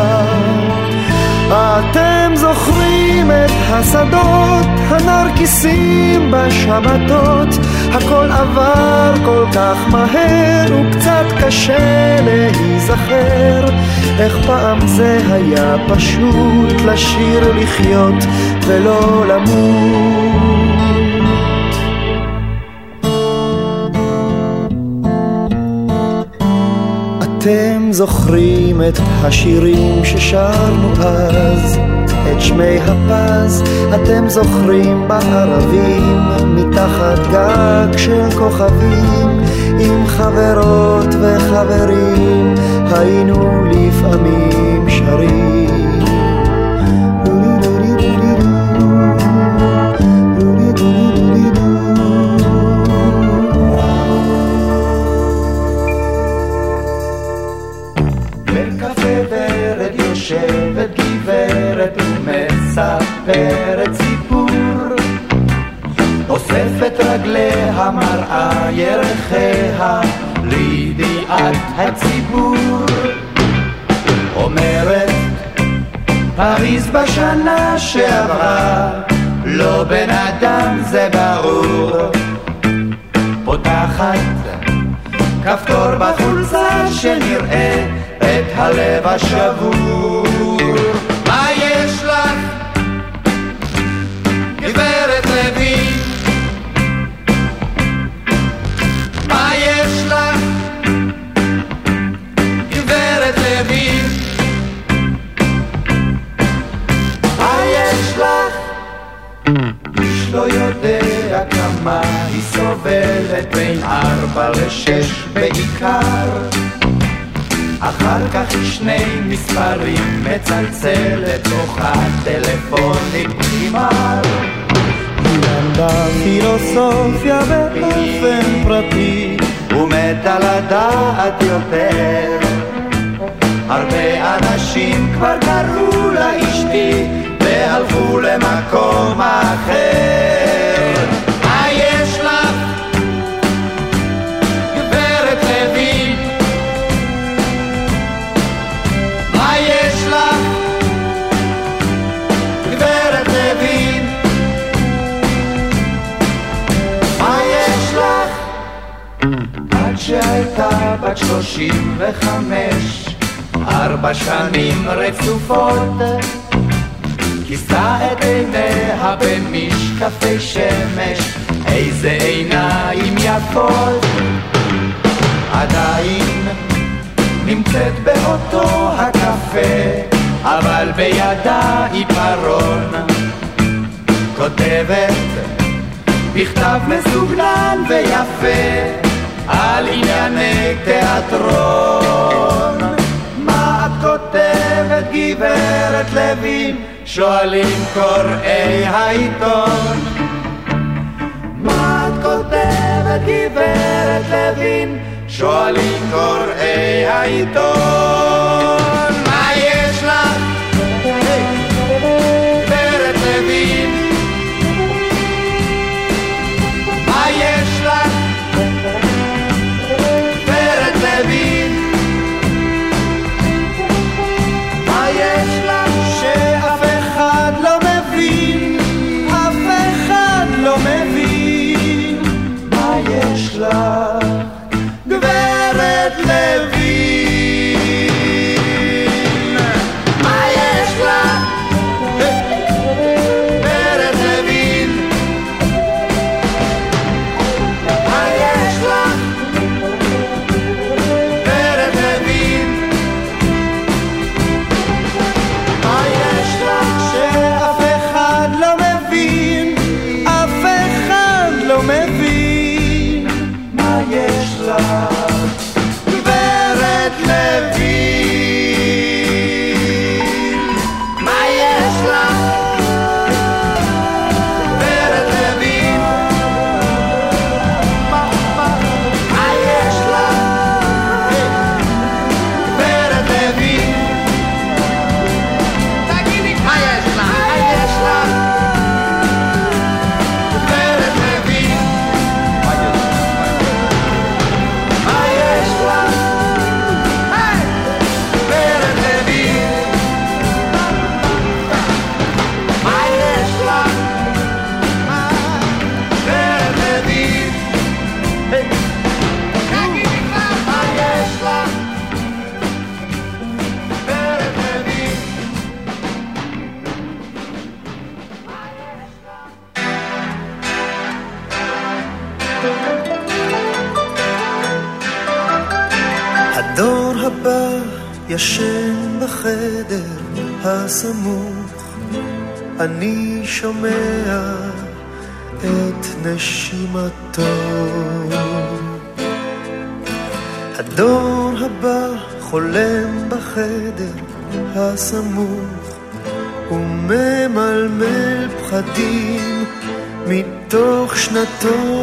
אתם זוכרים את השדות הנרקיסים בשבתות, הכל עבר כל כך מהר וקצת קשה להיזכר איך פעם זה היה פשוט לשיר לחיות ולא למות. אתם זוכרים את השירים ששרנו אז, את שמי הפז אתם זוכרים בערבים, מתחת גג של כוכבים, עם חברות וחברים היינו לפעמים שרים. יושבת גברת ומספרת סיפור, אוספת רגליה מראה ירחיה לידיעת הציבור, אומרת פריז בשנה שעברה לא בן אדם זה ברור, פותחת כפתור בחולצה שנראה את הלב השבור. מה יש לך גברת לוין, מה יש לך גברת לוין, מה יש לך? איש לא יודע כמה היא סובלת, בין 4 ל-6 בעיקר, אחר כך היא 2 מספרים מצלצלת, תוך הטלפונים נגמר. היא למדה פילוסופיה באופן פרטי ומתה לדעת יותר, הרבה אנשים כבר קראו לה אשתי והלכו למקום אחר. מה יש לך גברת לוין, מה יש לך גברת לוין, מה יש לך? עד שהייתה בת 35, 4 שנים רצופות, כיסה את עיניה במשקפי שמש, איזה עיניים יפות, עדיין נמצאת באותו הקפה, אבל בידה עיפרון, כותבת בכתב מסוגנן ויפה על ענייני תיאטרון. מה את כותבת גברת לוין? שואלים קוראי העיתון. מה את כותבת גברת לוין? שואלים קוראי העיתון. מה יש לך גברת לוין? מה יש לך גברת לוין? מה יש לך שאף אחד לא מבין? אף אחד לא מבין. מה יש לך גברת לוין? הדור הבא ישן בחדר הסמוך, אני שומע את נשימתו. הדור הבא חולם בחדר הסמוך וממלמל פחדים מתוך שנתו.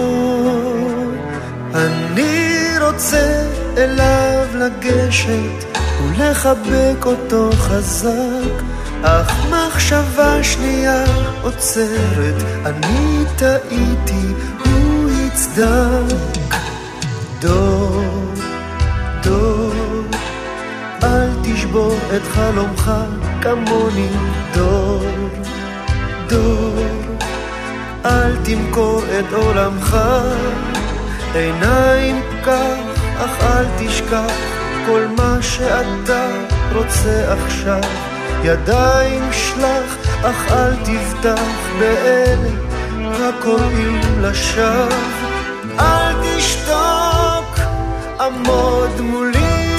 אני רוצה אליו לגשת ולחבק אותו חזק, אך מחשבה שנייה עוצרת, אני טעיתי, הוא יצדק. דור, דור, אל תשבור את חלומך כמוני. דור, דור, אל תמכור את עולמך. עיניים כך, אך אל תשכח כל מה שאתה רוצה עכשיו. ידיים שלח, אך אל תבטח באלה הקוראים לשווא. אל תשתוק, עמוד מולי,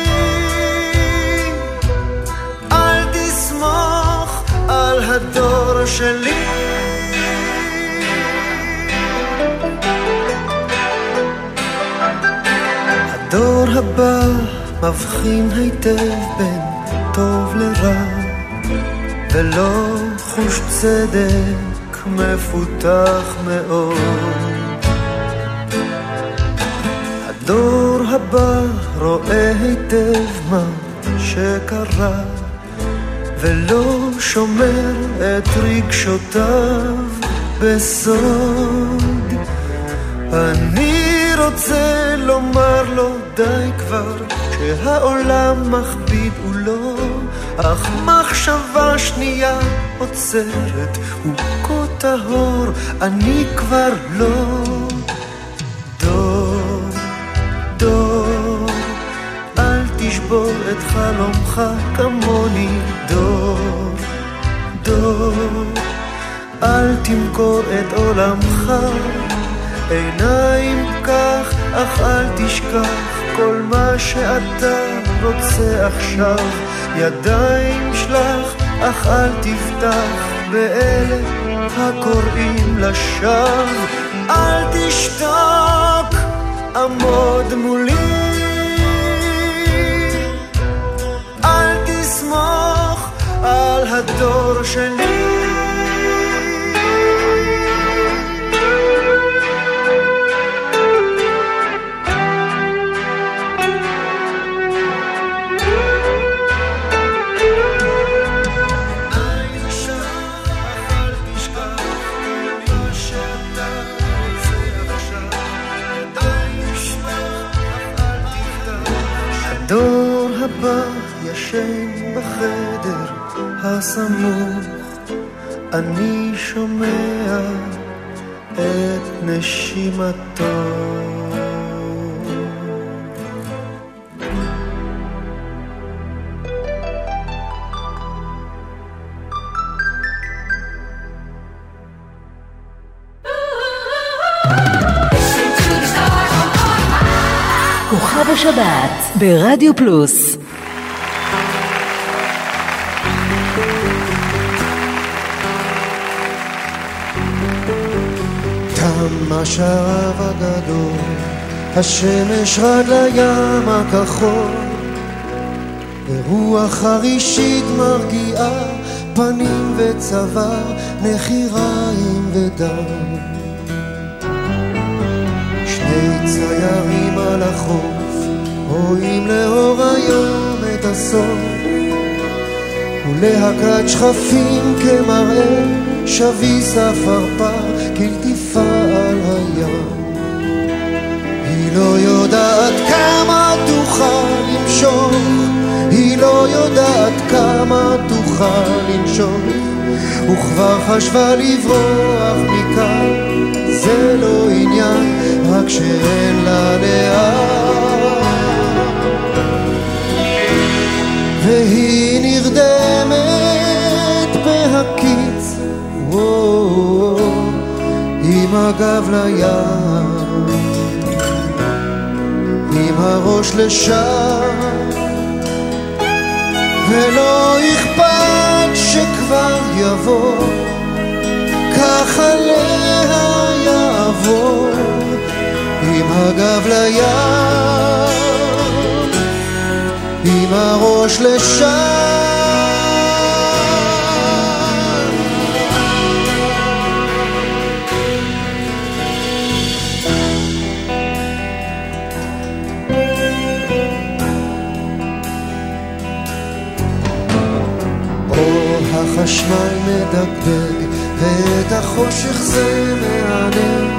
אל תסמוך על הדור שלי. הדור הבא מבחין היטב בין טוב לרע, ולא חוש צדק מפותח מאוד. הדור הבא רואה היטב מה שקרה, ולא שומר את רגשותיו בסוד. אני רוצה לומר לו די כבר, שהעולם מכביד ולא, אך מחשבה שנייה עוצרת, הוא כה טהור, אני כבר לא. דור, דור, אל תשבור את חלומך כמוני. דור, דור, אל תמכור את עולמך. עיניים כך, אך אל תשכח כל מה שאתה רוצה עכשיו. ידיים שלח, אך אל תבטח באלה הקוראים לשווא. אל תשתוק, עמוד מולי, אל תסמוך על הדור שלי. הדור הבא ישן בחדר הסמוך, אני שומע את נשימתו. כוכב השבת ברדיו פלוס. תם השער הגדול, השמש רד לים הכחול, ברוח חרישית מרגיעה, פנים וצוואר, נחיריים ודם. שני ציירים על החוף, רואים לאור היום את הסוף, ולהקת שכפים כמראה, שביס עפרפר כלטיפה על הים. היא לא יודעת כמה תוכל למשוך, היא לא יודעת כמה תוכל לנשוך, וכבר חשבה לברוח מכאן, זה לא עניין, רק שאין לה דעה. והיא נרדמת בהקיץ, עם הגב לים, עם הראש לשם, ולא אכפת שכבר יבוא, ככה עליה יעבור, עם הגב לים, עם הראש לשם. החשמל מדגדג ואת החושך זה מענן,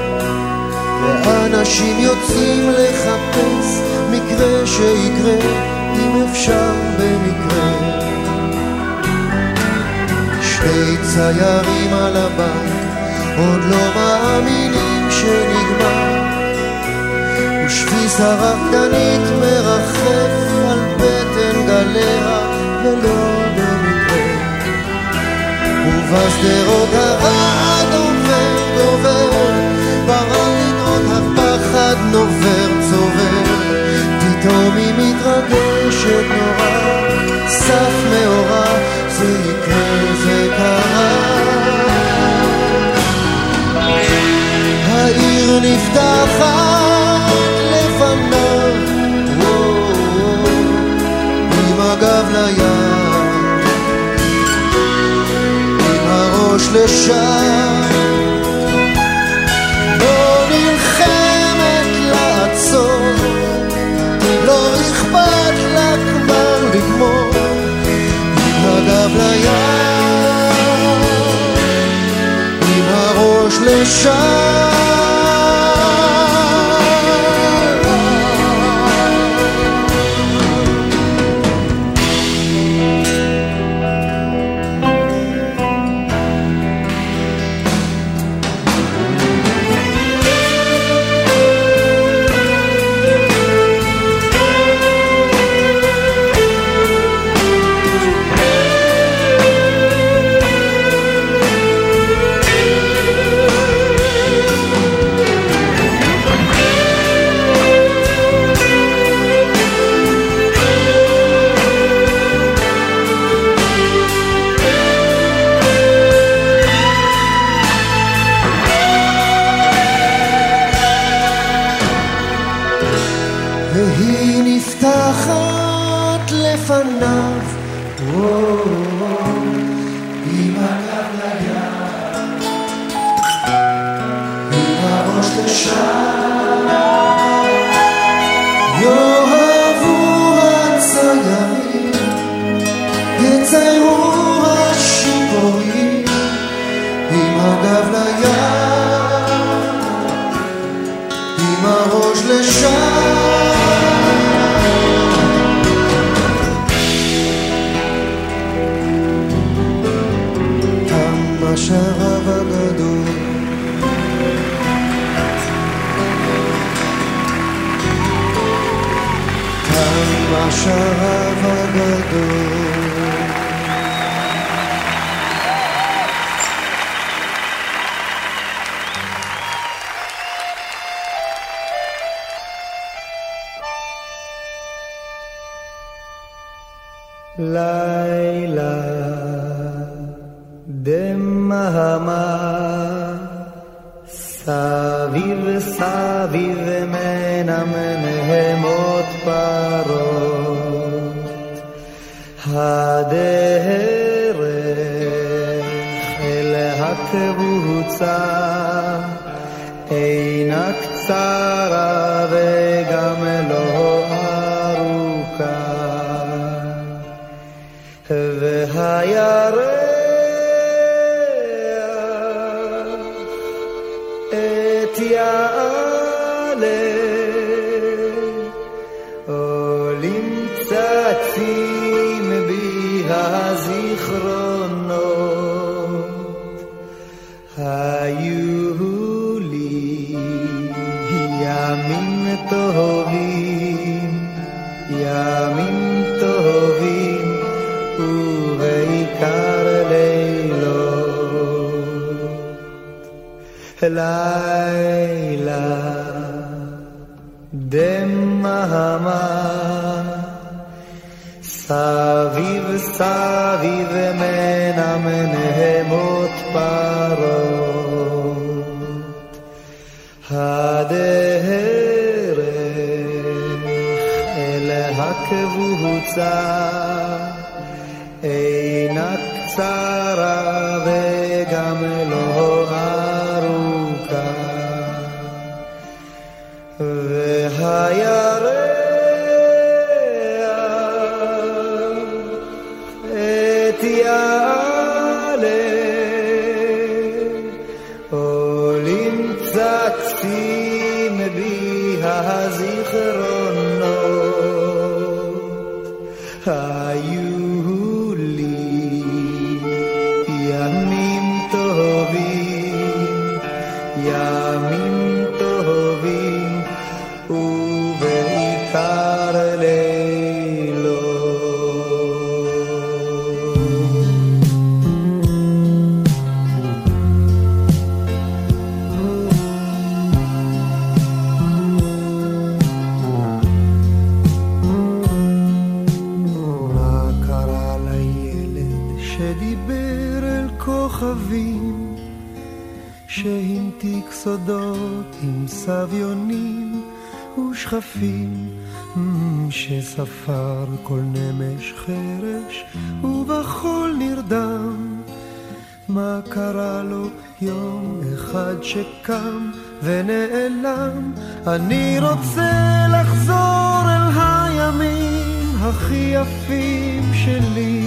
ואנשים יוצאים לחפש מקרה שיקרה, אם אפשר במקרה. שני ציירים על הבית עוד לא מאמינים שנגמר, ושביס הרקדנית מרחף על בטן גליה ולא ובשדרות הרעד עובר דובר, ברדינות הפחד נובר צובר, פתאום היא מתרגשת נורא, סף מאורע, זה יקרה זה קרה. העיר נפתחת לפניו, עם הגב לים, ראש לשם, לא נלחמת לעצור, לא אכפת לה כבר לגמור, עם הגב לים, עם הראש לשם. לילה דממה סביב סביב מנמנמות פרות, הדרך אל הקבוצה אינה קצרה וגם לא ארוכה, והירח את יעלה עולים צצים בי הזיכרונות, היו לי ימים טובים, ימים טובים ובעיקר לילות. לילה דממה סביב סביב מנמנהמות פרות הדרך אל הקבוצה אינה קצרה וגם לא ארוכה והירח את יעלה עולים צצים בי הזיכרונות היו לי ימים טובים ימים טובים ובעיקר לילות מה קרה לילד שדיבר אל כוכבים שהמתיק סודות עם סביונים ושכפים שספר כל נמש חרש ובחול נרדם מה קרה לו יום אחד שקם ונעלם אני רוצה לחזור אל הימים הכי יפים שלי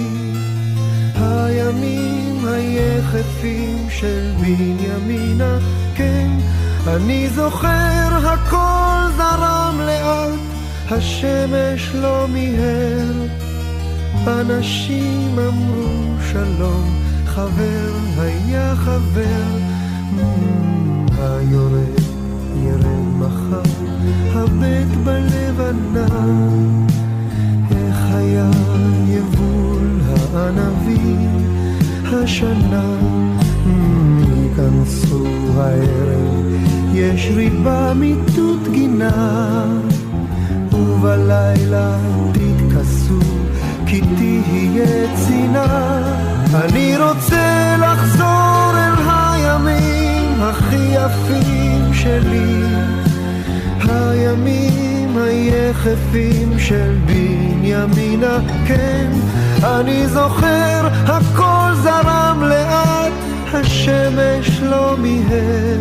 הימים היחפים של בנימינה כן אני זוכר הכל זרם לאט השמש לא מיהר אנשים אמרו שלום חבר היה חבר היורד ירד מחר הבט בלבנה איך היה יבול הענבים השנה יכנסו הערב יש ריבה מיטוט גינה ובלילה תתכסו כי תהיה צינה אני רוצה לחזור אל הימים הכי יפים שלי הימים היחפים של בנימינה כן אני זוכר הכל זרם לאט השמש לא מיהר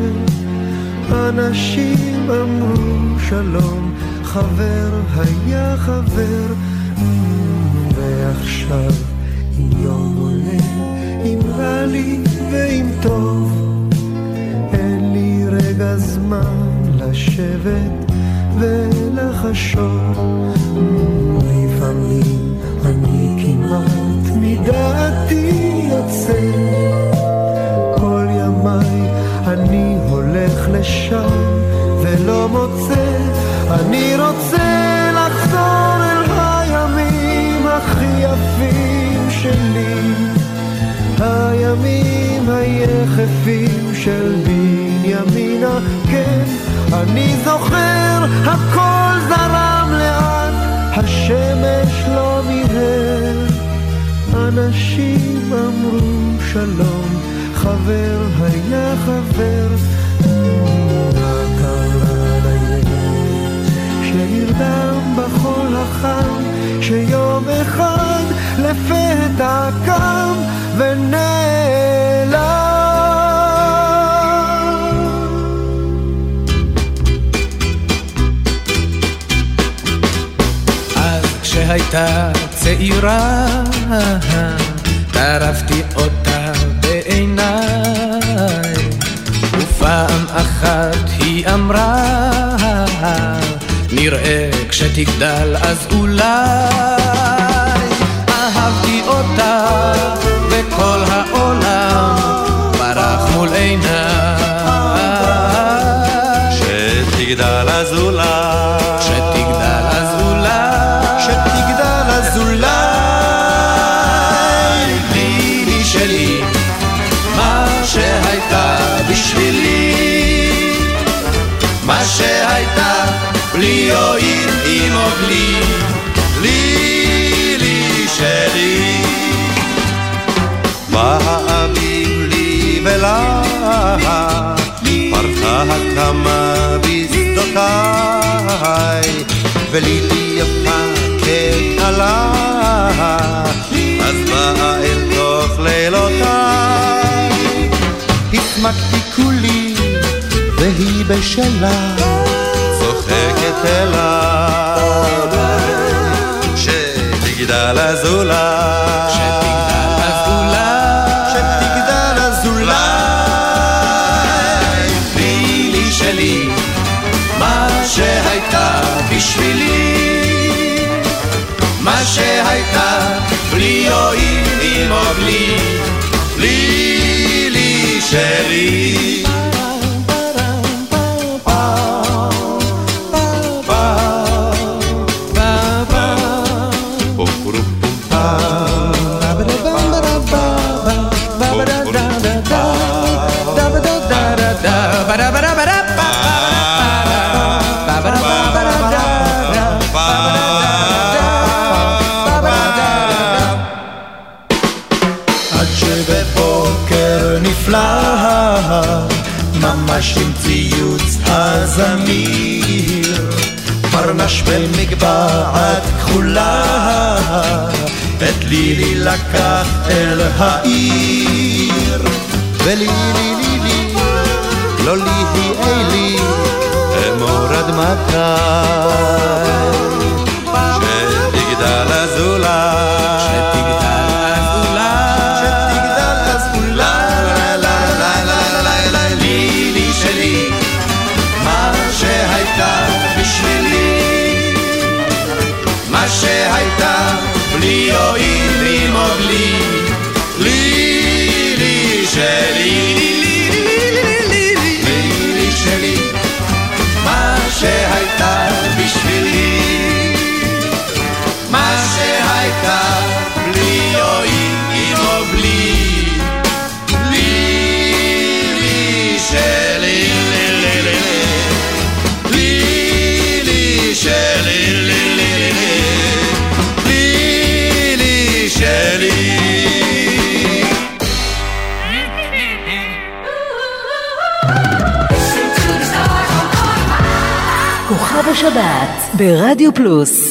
אנשים אמרו שלום חבר היה חבר ועכשיו יום עולה אם רע לי ואם טוב אין לי רגע זמן לשבת ולחשוב לפעמים אני כמעט מדעתי יוצא כל ימיי אני הולך לשם ולא מוצא אני רוצה לחזור אל הימים הכי יפים שלי הימים היחפים של בנימינה כן אני זוכר הכל זרם לאט השמש לא מיהר אנשים אמרו שלום חבר היה חבר מה קרה לילד שנרדם בחול החם שיום אחד לפתע קם ונעלם אז כשהייתה צעירה טרפתי אותה בעיניי ופעם אחת היא אמרה נראה כשתגדל אז אולי אהבתי אותה וכל העולם ברח מול עיניי כשתגדל אז אולי כשתגדל אז אולי כשתגדל אז אולי לילי שלי מה שהייתה בשבילי מה שהייתה להיות בשלה, צוחקת אליו, שתגדל הזולה, שתגדל הזולה. לילי שלי, מה שהייתה בשבילי, מה שהייתה בלי יועיל עמו בלי, לילי שלי. ממש עם ציוץ הזמיר, פרנש במגבעת כחולה, את לילי לקח אל העיר. ולילי לילי, לא לי היא אלי, אמורד מתי, שתגדל הזולה, שהייתה בלי יועיל עמו בלי, לילי שלי, לילי שלי, מה שהייתה בשבילי, מה שהייתה בלי יועיל עמו בלי, לילי שלי, לילי שלי, כוכב השבת ברדיו פלוס.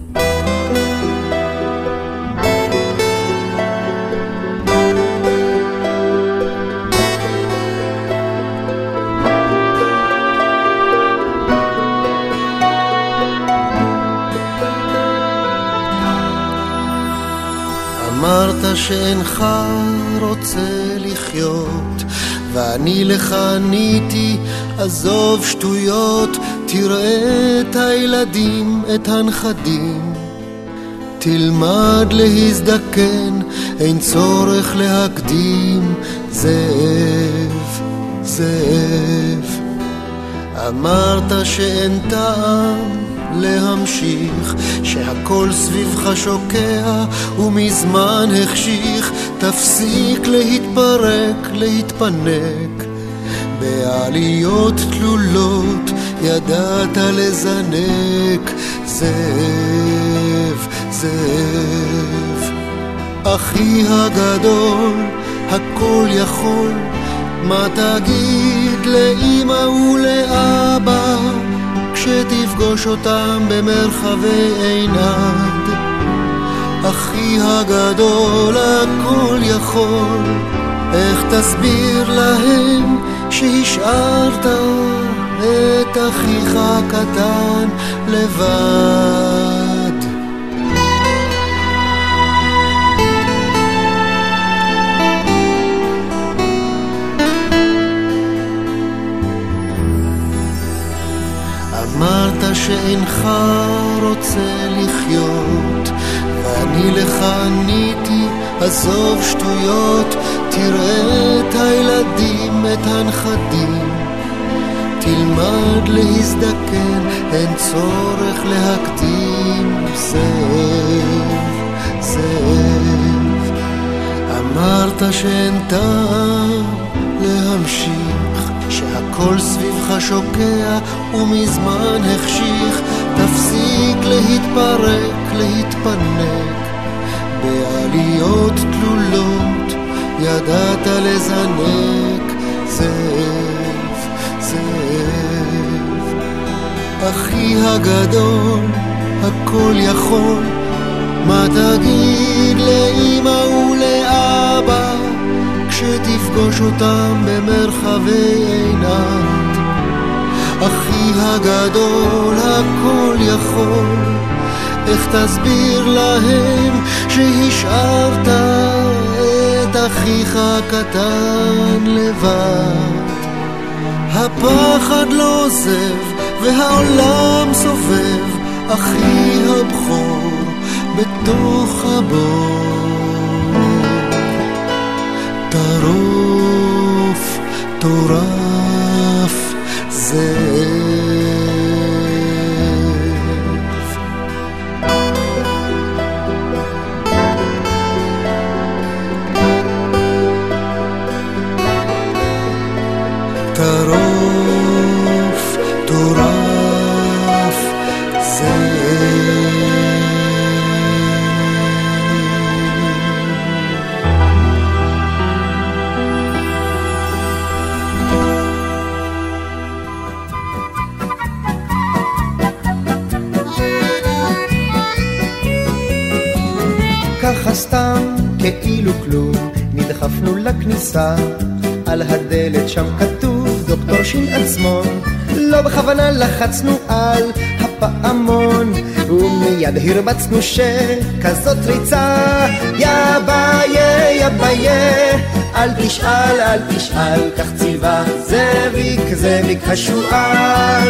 אמרת שאינך רוצה לחיות, ואני לך עניתי, עזוב שטויות, תראה את הילדים, את הנכדים, תלמד להזדקן, אין צורך להקדים. זאב, זאב, אמרת שאין טעם להמשיך, שהכל סביבך שוקע ומזמן החשיך, תפסיק להתפרק, להתפנק, בעליות תלולות ידעת לזנק. זאב, זאב, אחי הגדול, הכל יכול, מה תגיד לאמא ולאבא כשתפגוש אותם במרחבי עינת? אחי הגדול, הכל יכול, איך תסביר להם שהשארת את אחיך הקטן לבד? אמרת שאינך רוצה לחיות, ואני לך עניתי, עזוב שטויות, תראה את הילדים, את הנכדים, תלמד להזדקן, אין צורך להקדים. זאב, זאב, אמרת שאין טעם להמשיך, שהכל סביבך שוקע ומזמן החשיך, תפסיק להתפרק, להתפנק, בעליות תלולות ידעת לזנק. זאב, זאב, אחי הגדול, הכל יכול, מה תגיד לאמא ולאבא כשתפגוש אותם במרחבי עינת? הגדול הכל יכול, איך תסביר להם שהשארת את אחיך הקטן לבד? הפחד לא עוזב והעולם סובב, אחי הבכור בתוך הבור. טרוף טורף זאב. טרוף טורף זאב. ככה סתם כאילו כלום נדחפנו לכניסה, על הדלת שם כתוב דוקטור שין עצמון. לא בכוונה לחצנו על הפעמון ומיד הרבצנו שכזאת ריצה. יא ביה יא ביה, אל תשאל אל תשאל, כך ציווה זאביק זאביק השועל.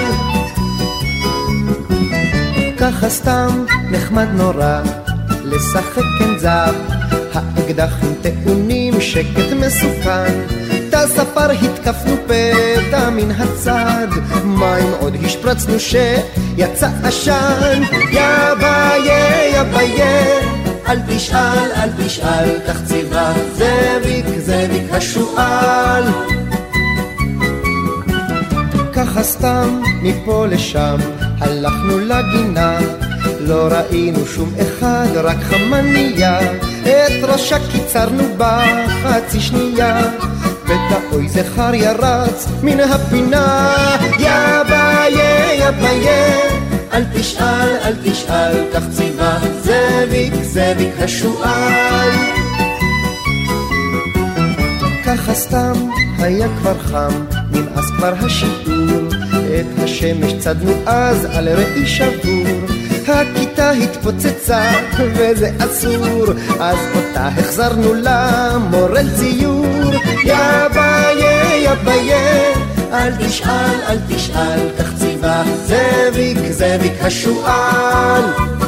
ככה סתם נחמד נורא לשחק כנזב, האקדח עם טעונים שקט מסוכן. תא ספר התקפנו פתע מן הצד, מים עוד השפרצנו שיצא עשן. יא ביה יא ביה, אל תשאל אל תשאל, כך ציווה זאביק זאביק השועל. ככה סתם מפה לשם הלכנו לגינה, לא ראינו שום אחד רק חמניה, את ראשה קיצרנו בחצי שנייה, ותאוי זכר ירץ מן הפינה. יא ביה יא ביה, אל תשאל אל תשאל, כך ציווה זאביק זאביק השועל. ככה סתם היה כבר חם, נמאס כבר השיעור, את השמש צדנו אז על ראי שבור. הכיתה התפוצצה וזה אסור, אז אותה החזרנו למורל ציור. יא ביה יא ביה, אל תשאל אל תשאל, כך ציווה זאביק זאביק השועל.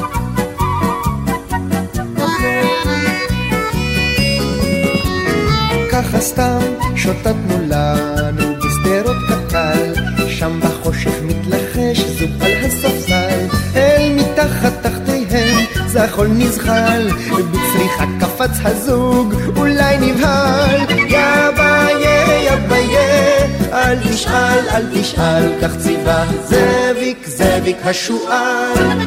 ככה סתם שוטטנו לנו בשדרות קק"ל, שם בחושך מתלחש זוג על הספסל, אל מתחת תחתיהם זה הכל נזחל, בצריחה קפץ הזוג אולי נבהל. יא ביה יא ביה, אל תשאל אל תשאל, כך ציווה זאביק זאביק השועל.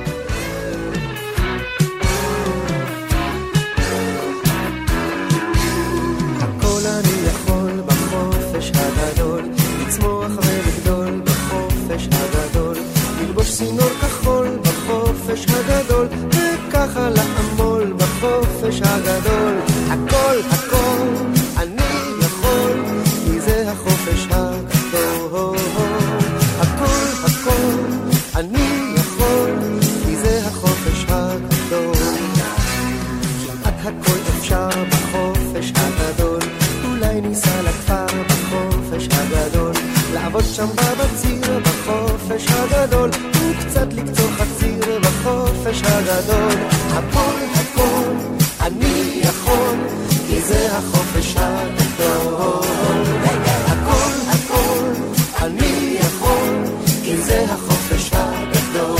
סינור כחול בחופש הגדול, וככה לעמול בחופש הגדול. הכל הכל אני יכול, כי זה החופש הגדול. הכל הכל אני יכול, כי זה החופש הגדול. כמעט הכל אפשר בחופש הגדול, אולי ניסע לכפר בחופש הגדול, לעבוד שם בבציר בחופש הגדול, וקצת לקצור חציר בחופש הגדול. הכל הכל אני יכול, כי זה החופש הגדול. הכל הכל אני יכול, כי זה החופש הגדול.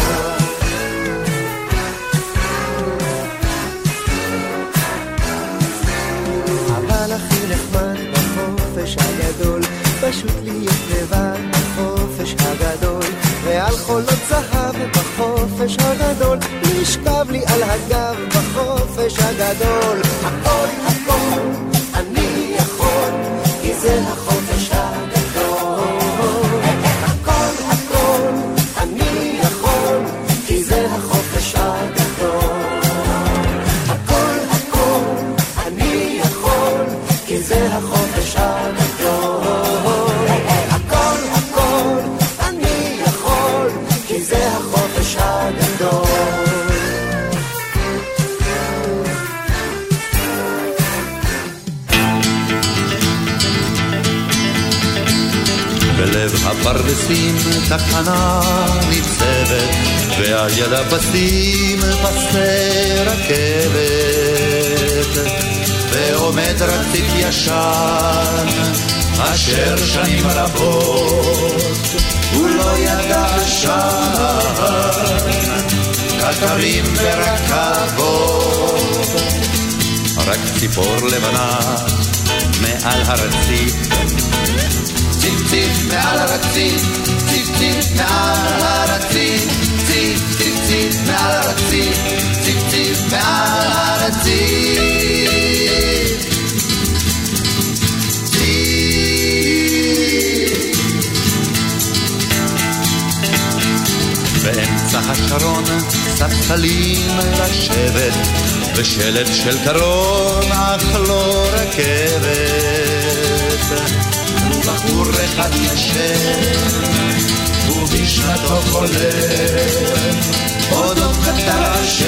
אבל הכי נחמד בחופש הגדול, פשוט להיות לבד בחופש הגדול, ועל חולות זהב בחופש הגדול, לשכב לי על הגב בחופש הגדול. הכל הכל אני יכול, כי זה החופש הגדול. הכל הכל אני יכול, כי זה החופש הגדול. הכל הכל אני יכול, כי זה החופש הגדול. הכל הכל אני בערב הפרדסים תחנה ניצבת, ועל יד הפסים פסי רכבת, ועומד רציף ישן אשר שנים רבות הוא לא ידע שם קטרים ורכבות, רק ציפור לבנה מעל הרציף, ציף ציף מעל הרציף, ציף ציף מעל הרציף, ציף ציף ציף מעל הרציף, ציף ציף מעל הרציף, באמצע השרון ספסלים לשבת, ושלט של קרון אך לא רכבת, ובחור אחד ישב ובשנתו חולם עודו קטר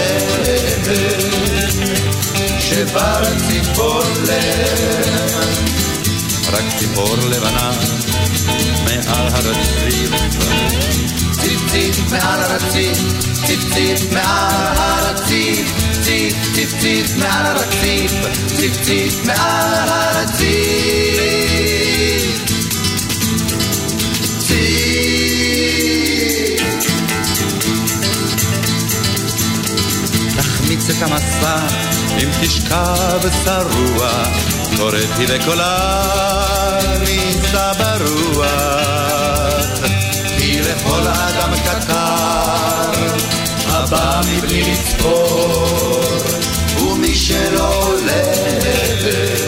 השבת שבר ציפור לב, רק ציפור לבנה מעל הרציף, ציף ציף מעל הרציף, ציף ציף מעל הרציף, ציף ציף ציף מעל הרציף, ציף ציף מעל הרציף, ציף. תחמיץ את המסע אם תשכב שרוע, קוראתי בקולה ניסה ברוח, כי לכל אדם קטר הבא מבלי לצפור, ומי שלא הולך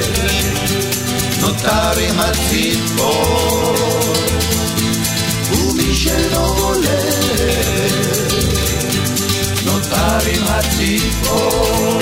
נותר עם הציפור, ומי שלא הולך נותר עם הציפור,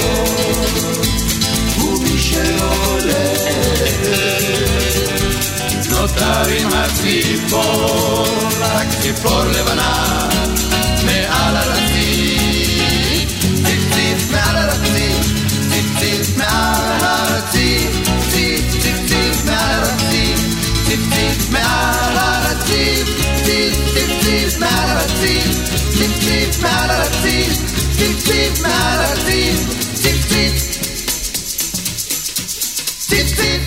ומי שלא הולך נותר עם הציפור, רק ציפור לבנה מעל הרציף, ציף ציף מעל הרציף, ציף ציף מעל הרציף, ציף ציף ציף מעל הרציף, ציף ציף מעל הרציף, ציף ציף ציף מעל הרציף, ציף ציף מעל הרציף, ציף ציף מעל הרציף, ציף ציף ציף ציף.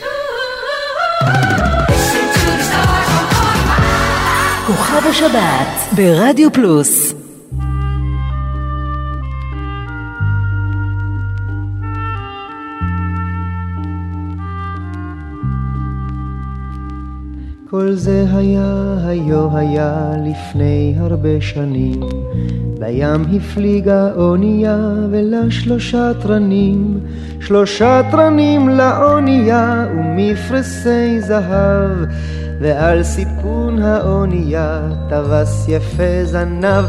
כוכב השבת ברדיו פלוס. כל זה היה לפני הרבה שנים, בים הפליגה אונייה ולה 3 תרנים, 3 תרנים לאונייה ומפרסי זהב, ועל סיפון האונייה טווס יפה זנב,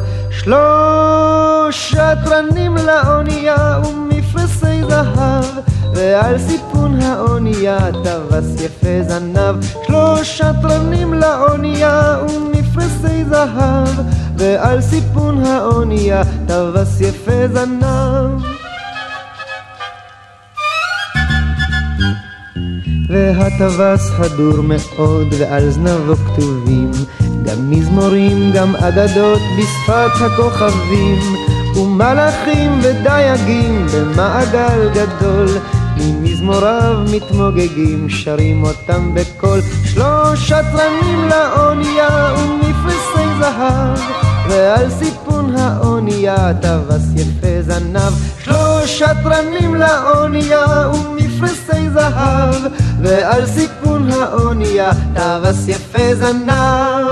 3 תרנים לאונייה ומפרסי זהב, ועל סיפון האונייה טווס יפה זנב, 3 תרנים לאונייה ומפרסי זהב, ועל סיפון האונייה טווס יפה זנב. והטווס הדור מאוד ועל זנבו כתובים גם מזמורים גם אגדות בשפת הכוכבים, ומלאכים ודייגים במעגל גדול ממזמוריו מתמוגגים שרים אותם בקול, 3 תרנים לאונייה ומפרסי זהב, ועל סיפון האונייה טווס יפה זנב, 3 תרנים לאונייה ומפרסי זהב, ועל סיפון האונייה טווס יפה זנב.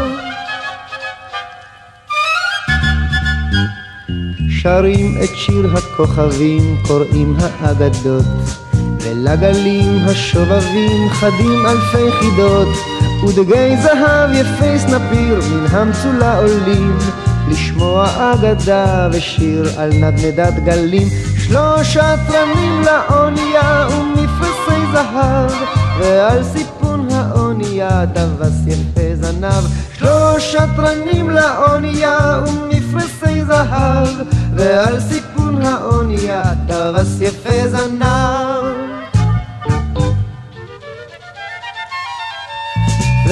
שרים את שיר הכוכבים, קוראים האגדות, ולגלים השובבים חדים אלפי חידות, ודגי זהב יפי סנפיר מן המצולה עולים, לשמוע אגדה ושיר על נדנדת גלים, 3 תרנים לאונייה ומפרסי זהב, ועל סיפון האונייה טווס יפה זנב, 3 תרנים לאונייה ומפרסי זהב, ועל סיפון האונייה טווס יפה זנב.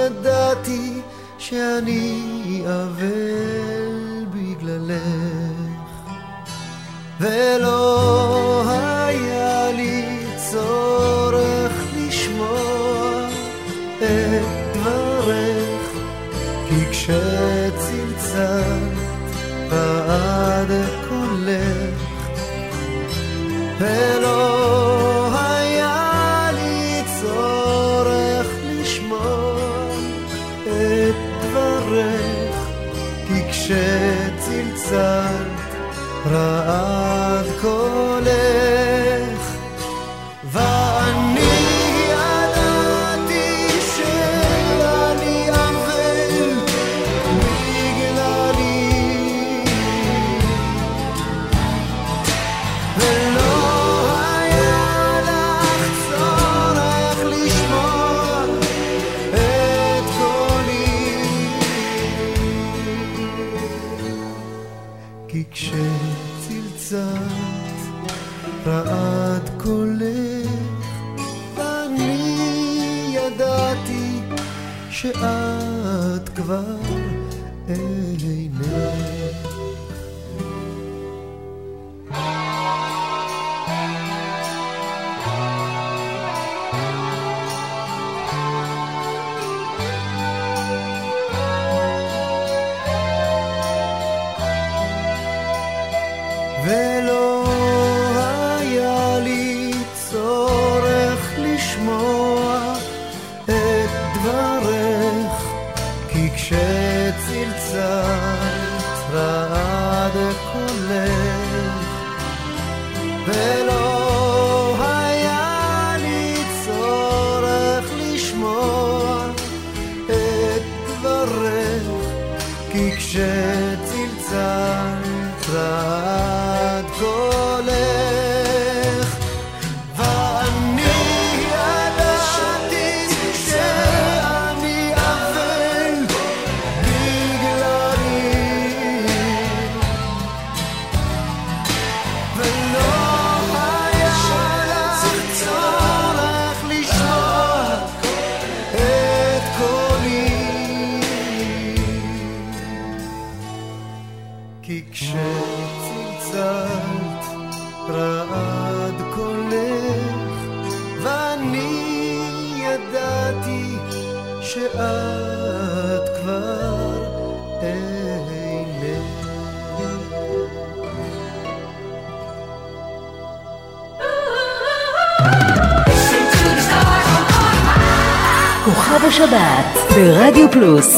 ידעתי שאני אבל בגללך, ולא היה לי צורך לשמוע את דברך, כי כשצלצלת רעד קולך, ולא היה לי צורך לשמוע את דברך, כי כשצלצלת רעד קולך, ואני ידעתי שאני אבל בגללי, ולא היה לך צורך לשמוע את קולי, כי כשצלצלת רעד קולך, ואני ידעתי שאת כבר אינך. ולא היה לי צורך לשמוע את דברך, כי כשצלצלת רעד קולך, ולא היה לי צורך לשמוע את דברך, כי כשצלצלת רעד קולך, ואני ידעתי שאני אבל בגללי, ולא היה לך צורך לשמוע את קולי, כי כשצלצלת רעד קולך, ואני ידעתי שאת כבר אינך. כוכב השבת ברדיו פלוס.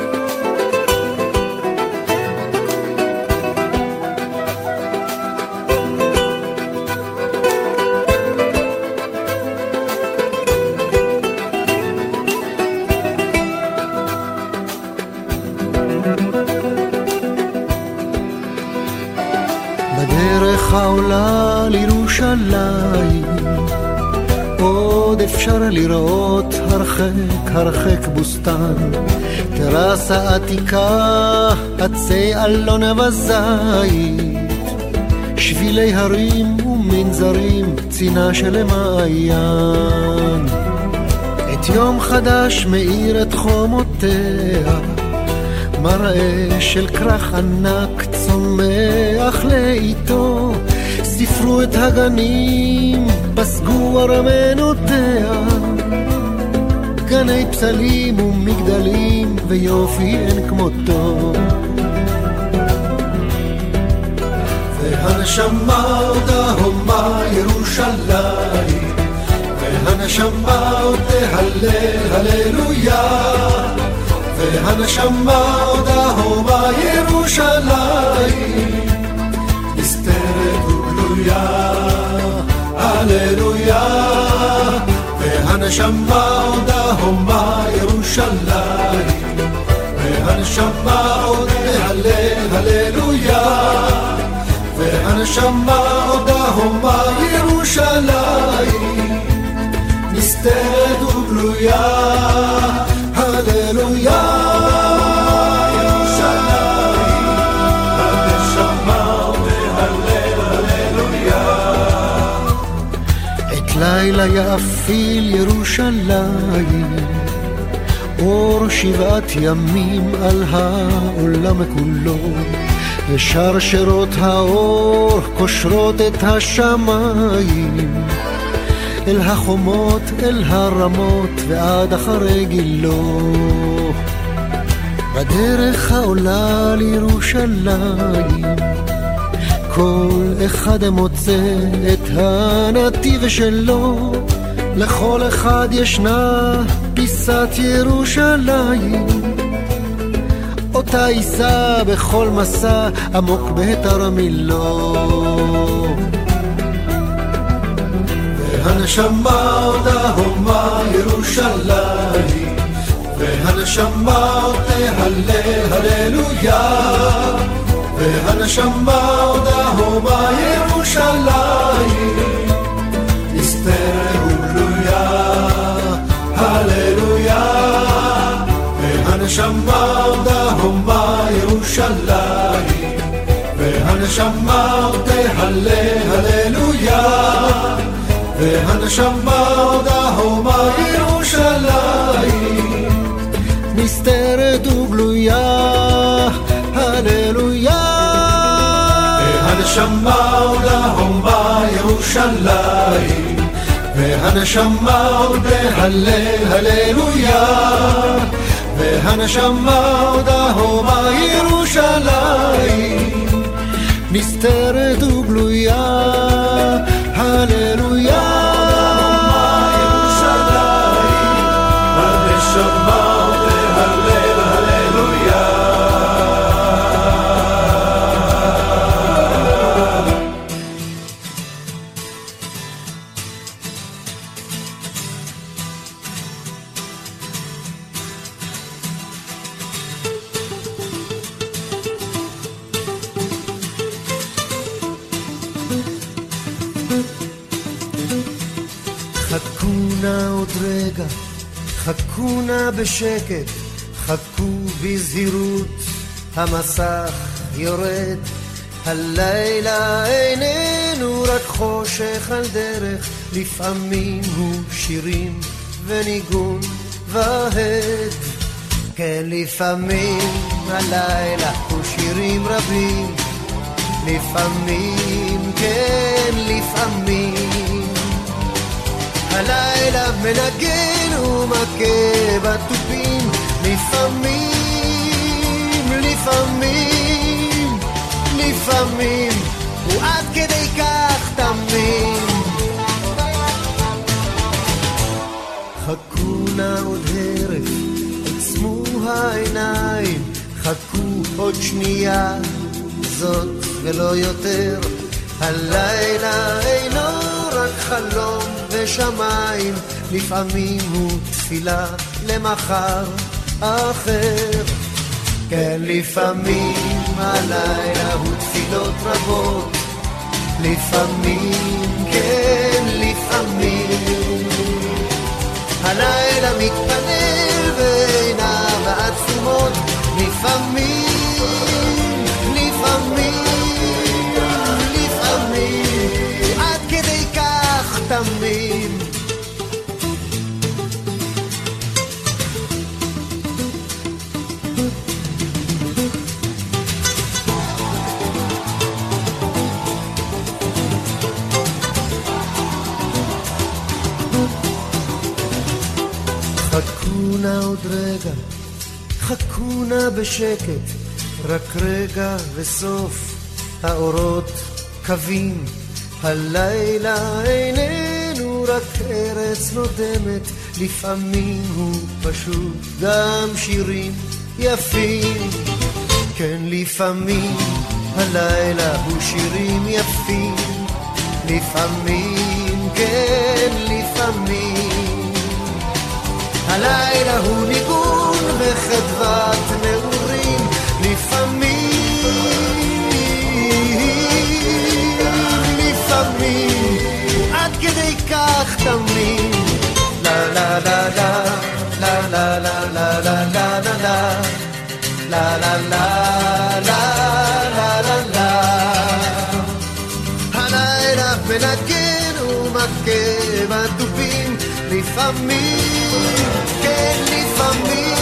בדרך העולה לירושלים עוד אפשר לראות הרחק הרחק בוסתן, טרסה עתיקה, עצי אלון וזית, שבילי הרים ומנזרים, צינה של מעיין. את יום חדש מאיר את חומותיה, מראה של כרך ענק צומח לאיתו, ספרו את הגנים, בסגו ארמנותיה, גני פסלים ומגדלים ויופי אין כמותו. והנשמה עוד ההומה ירושלים, והנשמה עוד תהלל הללויה, והנשמה עוד ההומה ירושלים, נסתרת וגלויה, הללויה. והנשמה עוד ההומה ירושלים, והנשמה עוד תהלל הללויה, והנשמה עוד ההומה ירושלים, נסתרת וגלויה, הללויה. לילה יאפיל ירושלים, אור 7 ימים על העולם כולו, ושרשרות האור קושרות את השמיים, אל החומות, אל הרמות, ועד אחרי גילו. בדרך העולה לירושלים, כל אחד מוצא את הנתיב שלו, לכל אחד ישנה פיסת ירושלים, אותה יישא בכל מסע עמוק בתרמילו. והנשמה אותה הומה ירושלים, והנשמה אותה הלל הללויה, והנשמה אותה הומה ירושלים, נסתר וגלויה, הללויה. והנשמה אותה הומה ירושלים, והנשמה אותה הלל הללויה, והנשמה אותה הומה ירושלים, נסתרת וגלויה, הללויה. והנשמה אותה הומה ירושלים, והנשמה אותה הלל הללויה, והנשמה אותה הומה ירושלים, נסתרת וגלויה, הללויה. חכו נא בשקט, חכו בזהירות, המסך יורד. הלילה איננו רק חושך על דרך, לפעמים הוא שירים וניגון והד. כן, לפעמים הלילה הוא שירים רבים, לפעמים, כן, לפעמים הלילה מנגן ומכה בטופים, לפעמים, לפעמים, לפעמים, ועד כדי כך תמים. חכו נא עוד הרף, עצמו העיניים, חכו עוד שנייה, זאת ולא יותר. הלילה אינו רק חלום ושמיים, לפעמים הוא תפילה למחר אחר. כן, לפעמים הלילה הוא תפילות רבות, לפעמים, כן, לפעמים הלילה מתפלל ועיניו עצומות, לפעמים, לפעמים, לפעמים, עד כדי כך תמים. חכו נא עוד רגע, חכו נא בשקט, רק רגע וסוף האורות קווים. הלילה איננו רק ארץ נודמת, לפעמים הוא פשוט גם שירים יפים. כן, לפעמים הלילה הוא שירים יפים, לפעמים, כן, לפעמים הלילה הוא ניגון וחדוות נעורים, לפעמים, לפעמים, עד כדי כך תמים. לה לה לה לה לה לה לה לה לה לה לה לה לה לה לה לה. הלילה מנגן ומכה בטופים, לפעמים, כן, לפעמים,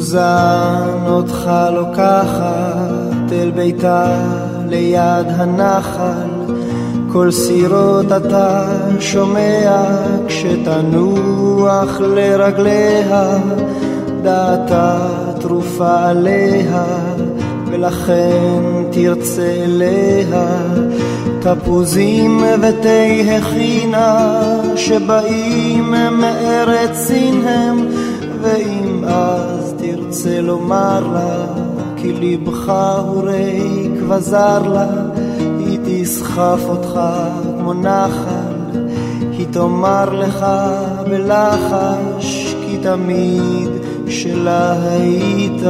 סוזן אותך לוקחת אל ביתה ליד הנחל, כל סירות אתה שומע כשתנוח לרגליה, דעתה תרופה עליה ולכן תרצה אליה, תפוזים ותה הכינה שבאים מארץ סין הם, ואם אז תרצה לומר לה כי לבך הוא ריק וזר לה, היא תסחף אותך כמו נחל, היא תאמר לך בלחש כי תמיד שלה היית.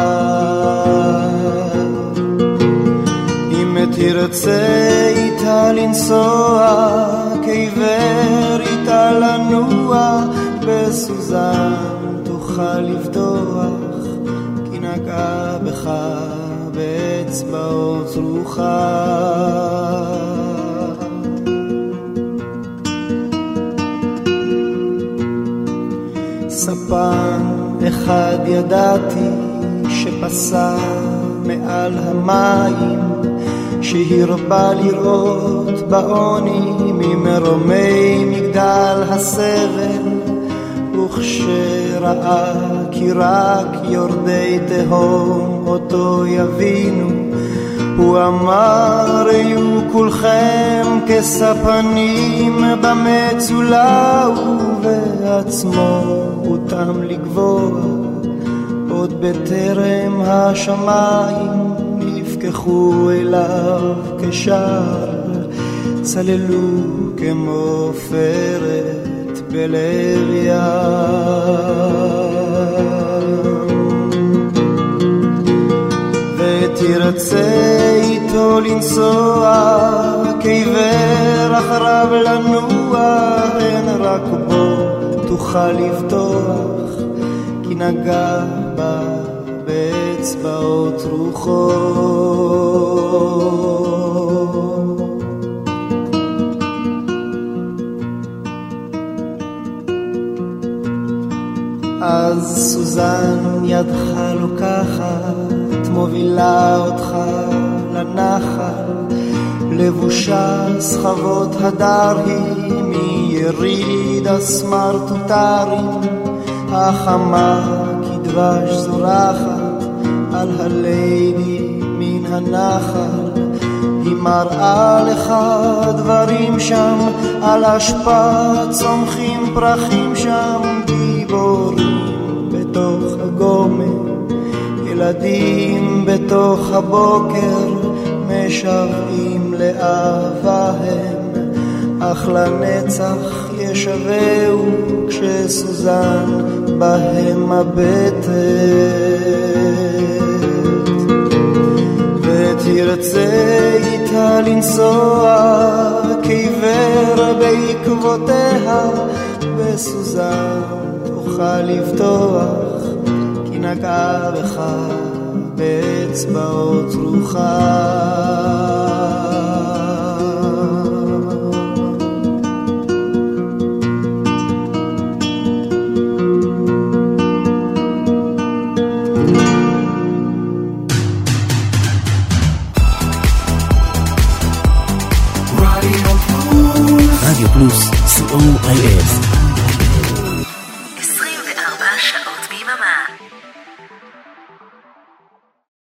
אם תרצה איתה לנסוע כעיוור איתה לנוע, בסוזן תוכל לבטוח כי נגע בך באצבעות רוחה. ספן אחד ידעתי שפסע מעל המים, שהרבה לראות בעוני ממרומי מגדל הסבל, וכשראה כי רק יורדי תהום אותו יבינו, הוא אמר היו כולכם כספנים במצולה, ובעצמו אותם לגבוה עוד בטרם השמיים נפקחו אליו כשער, צללו כמו פרת בלב ים. ותרצה איתו לנסוע כעיוור אחריו לנוע, אין רק בו תוכל לבטוח כי נגע בה באצבעות רוחו. אז סוזן ידך לוקחת מובילה אותך לנחל, לבושה סחבות הדר היא מיריד הסמרטוטרים, החמה כדבש זורחת על הלידי מן הנחל, היא מראה לך דברים שם, על השפע צומחים פרחים שם, גיבורים בתוך הגומר, ילדים בתוך הבוקר, משוועים לאהבה הם, אך לנצח ישבהו כשסוזן בהם הבטת. ותרצה איתה לנסוע כעיוור בעקבותיה, בסוזן תוכל לבטוח כי נגעה בך באצבעות רוחה. רדיו פלוס, co.il 24 שעות ביממה.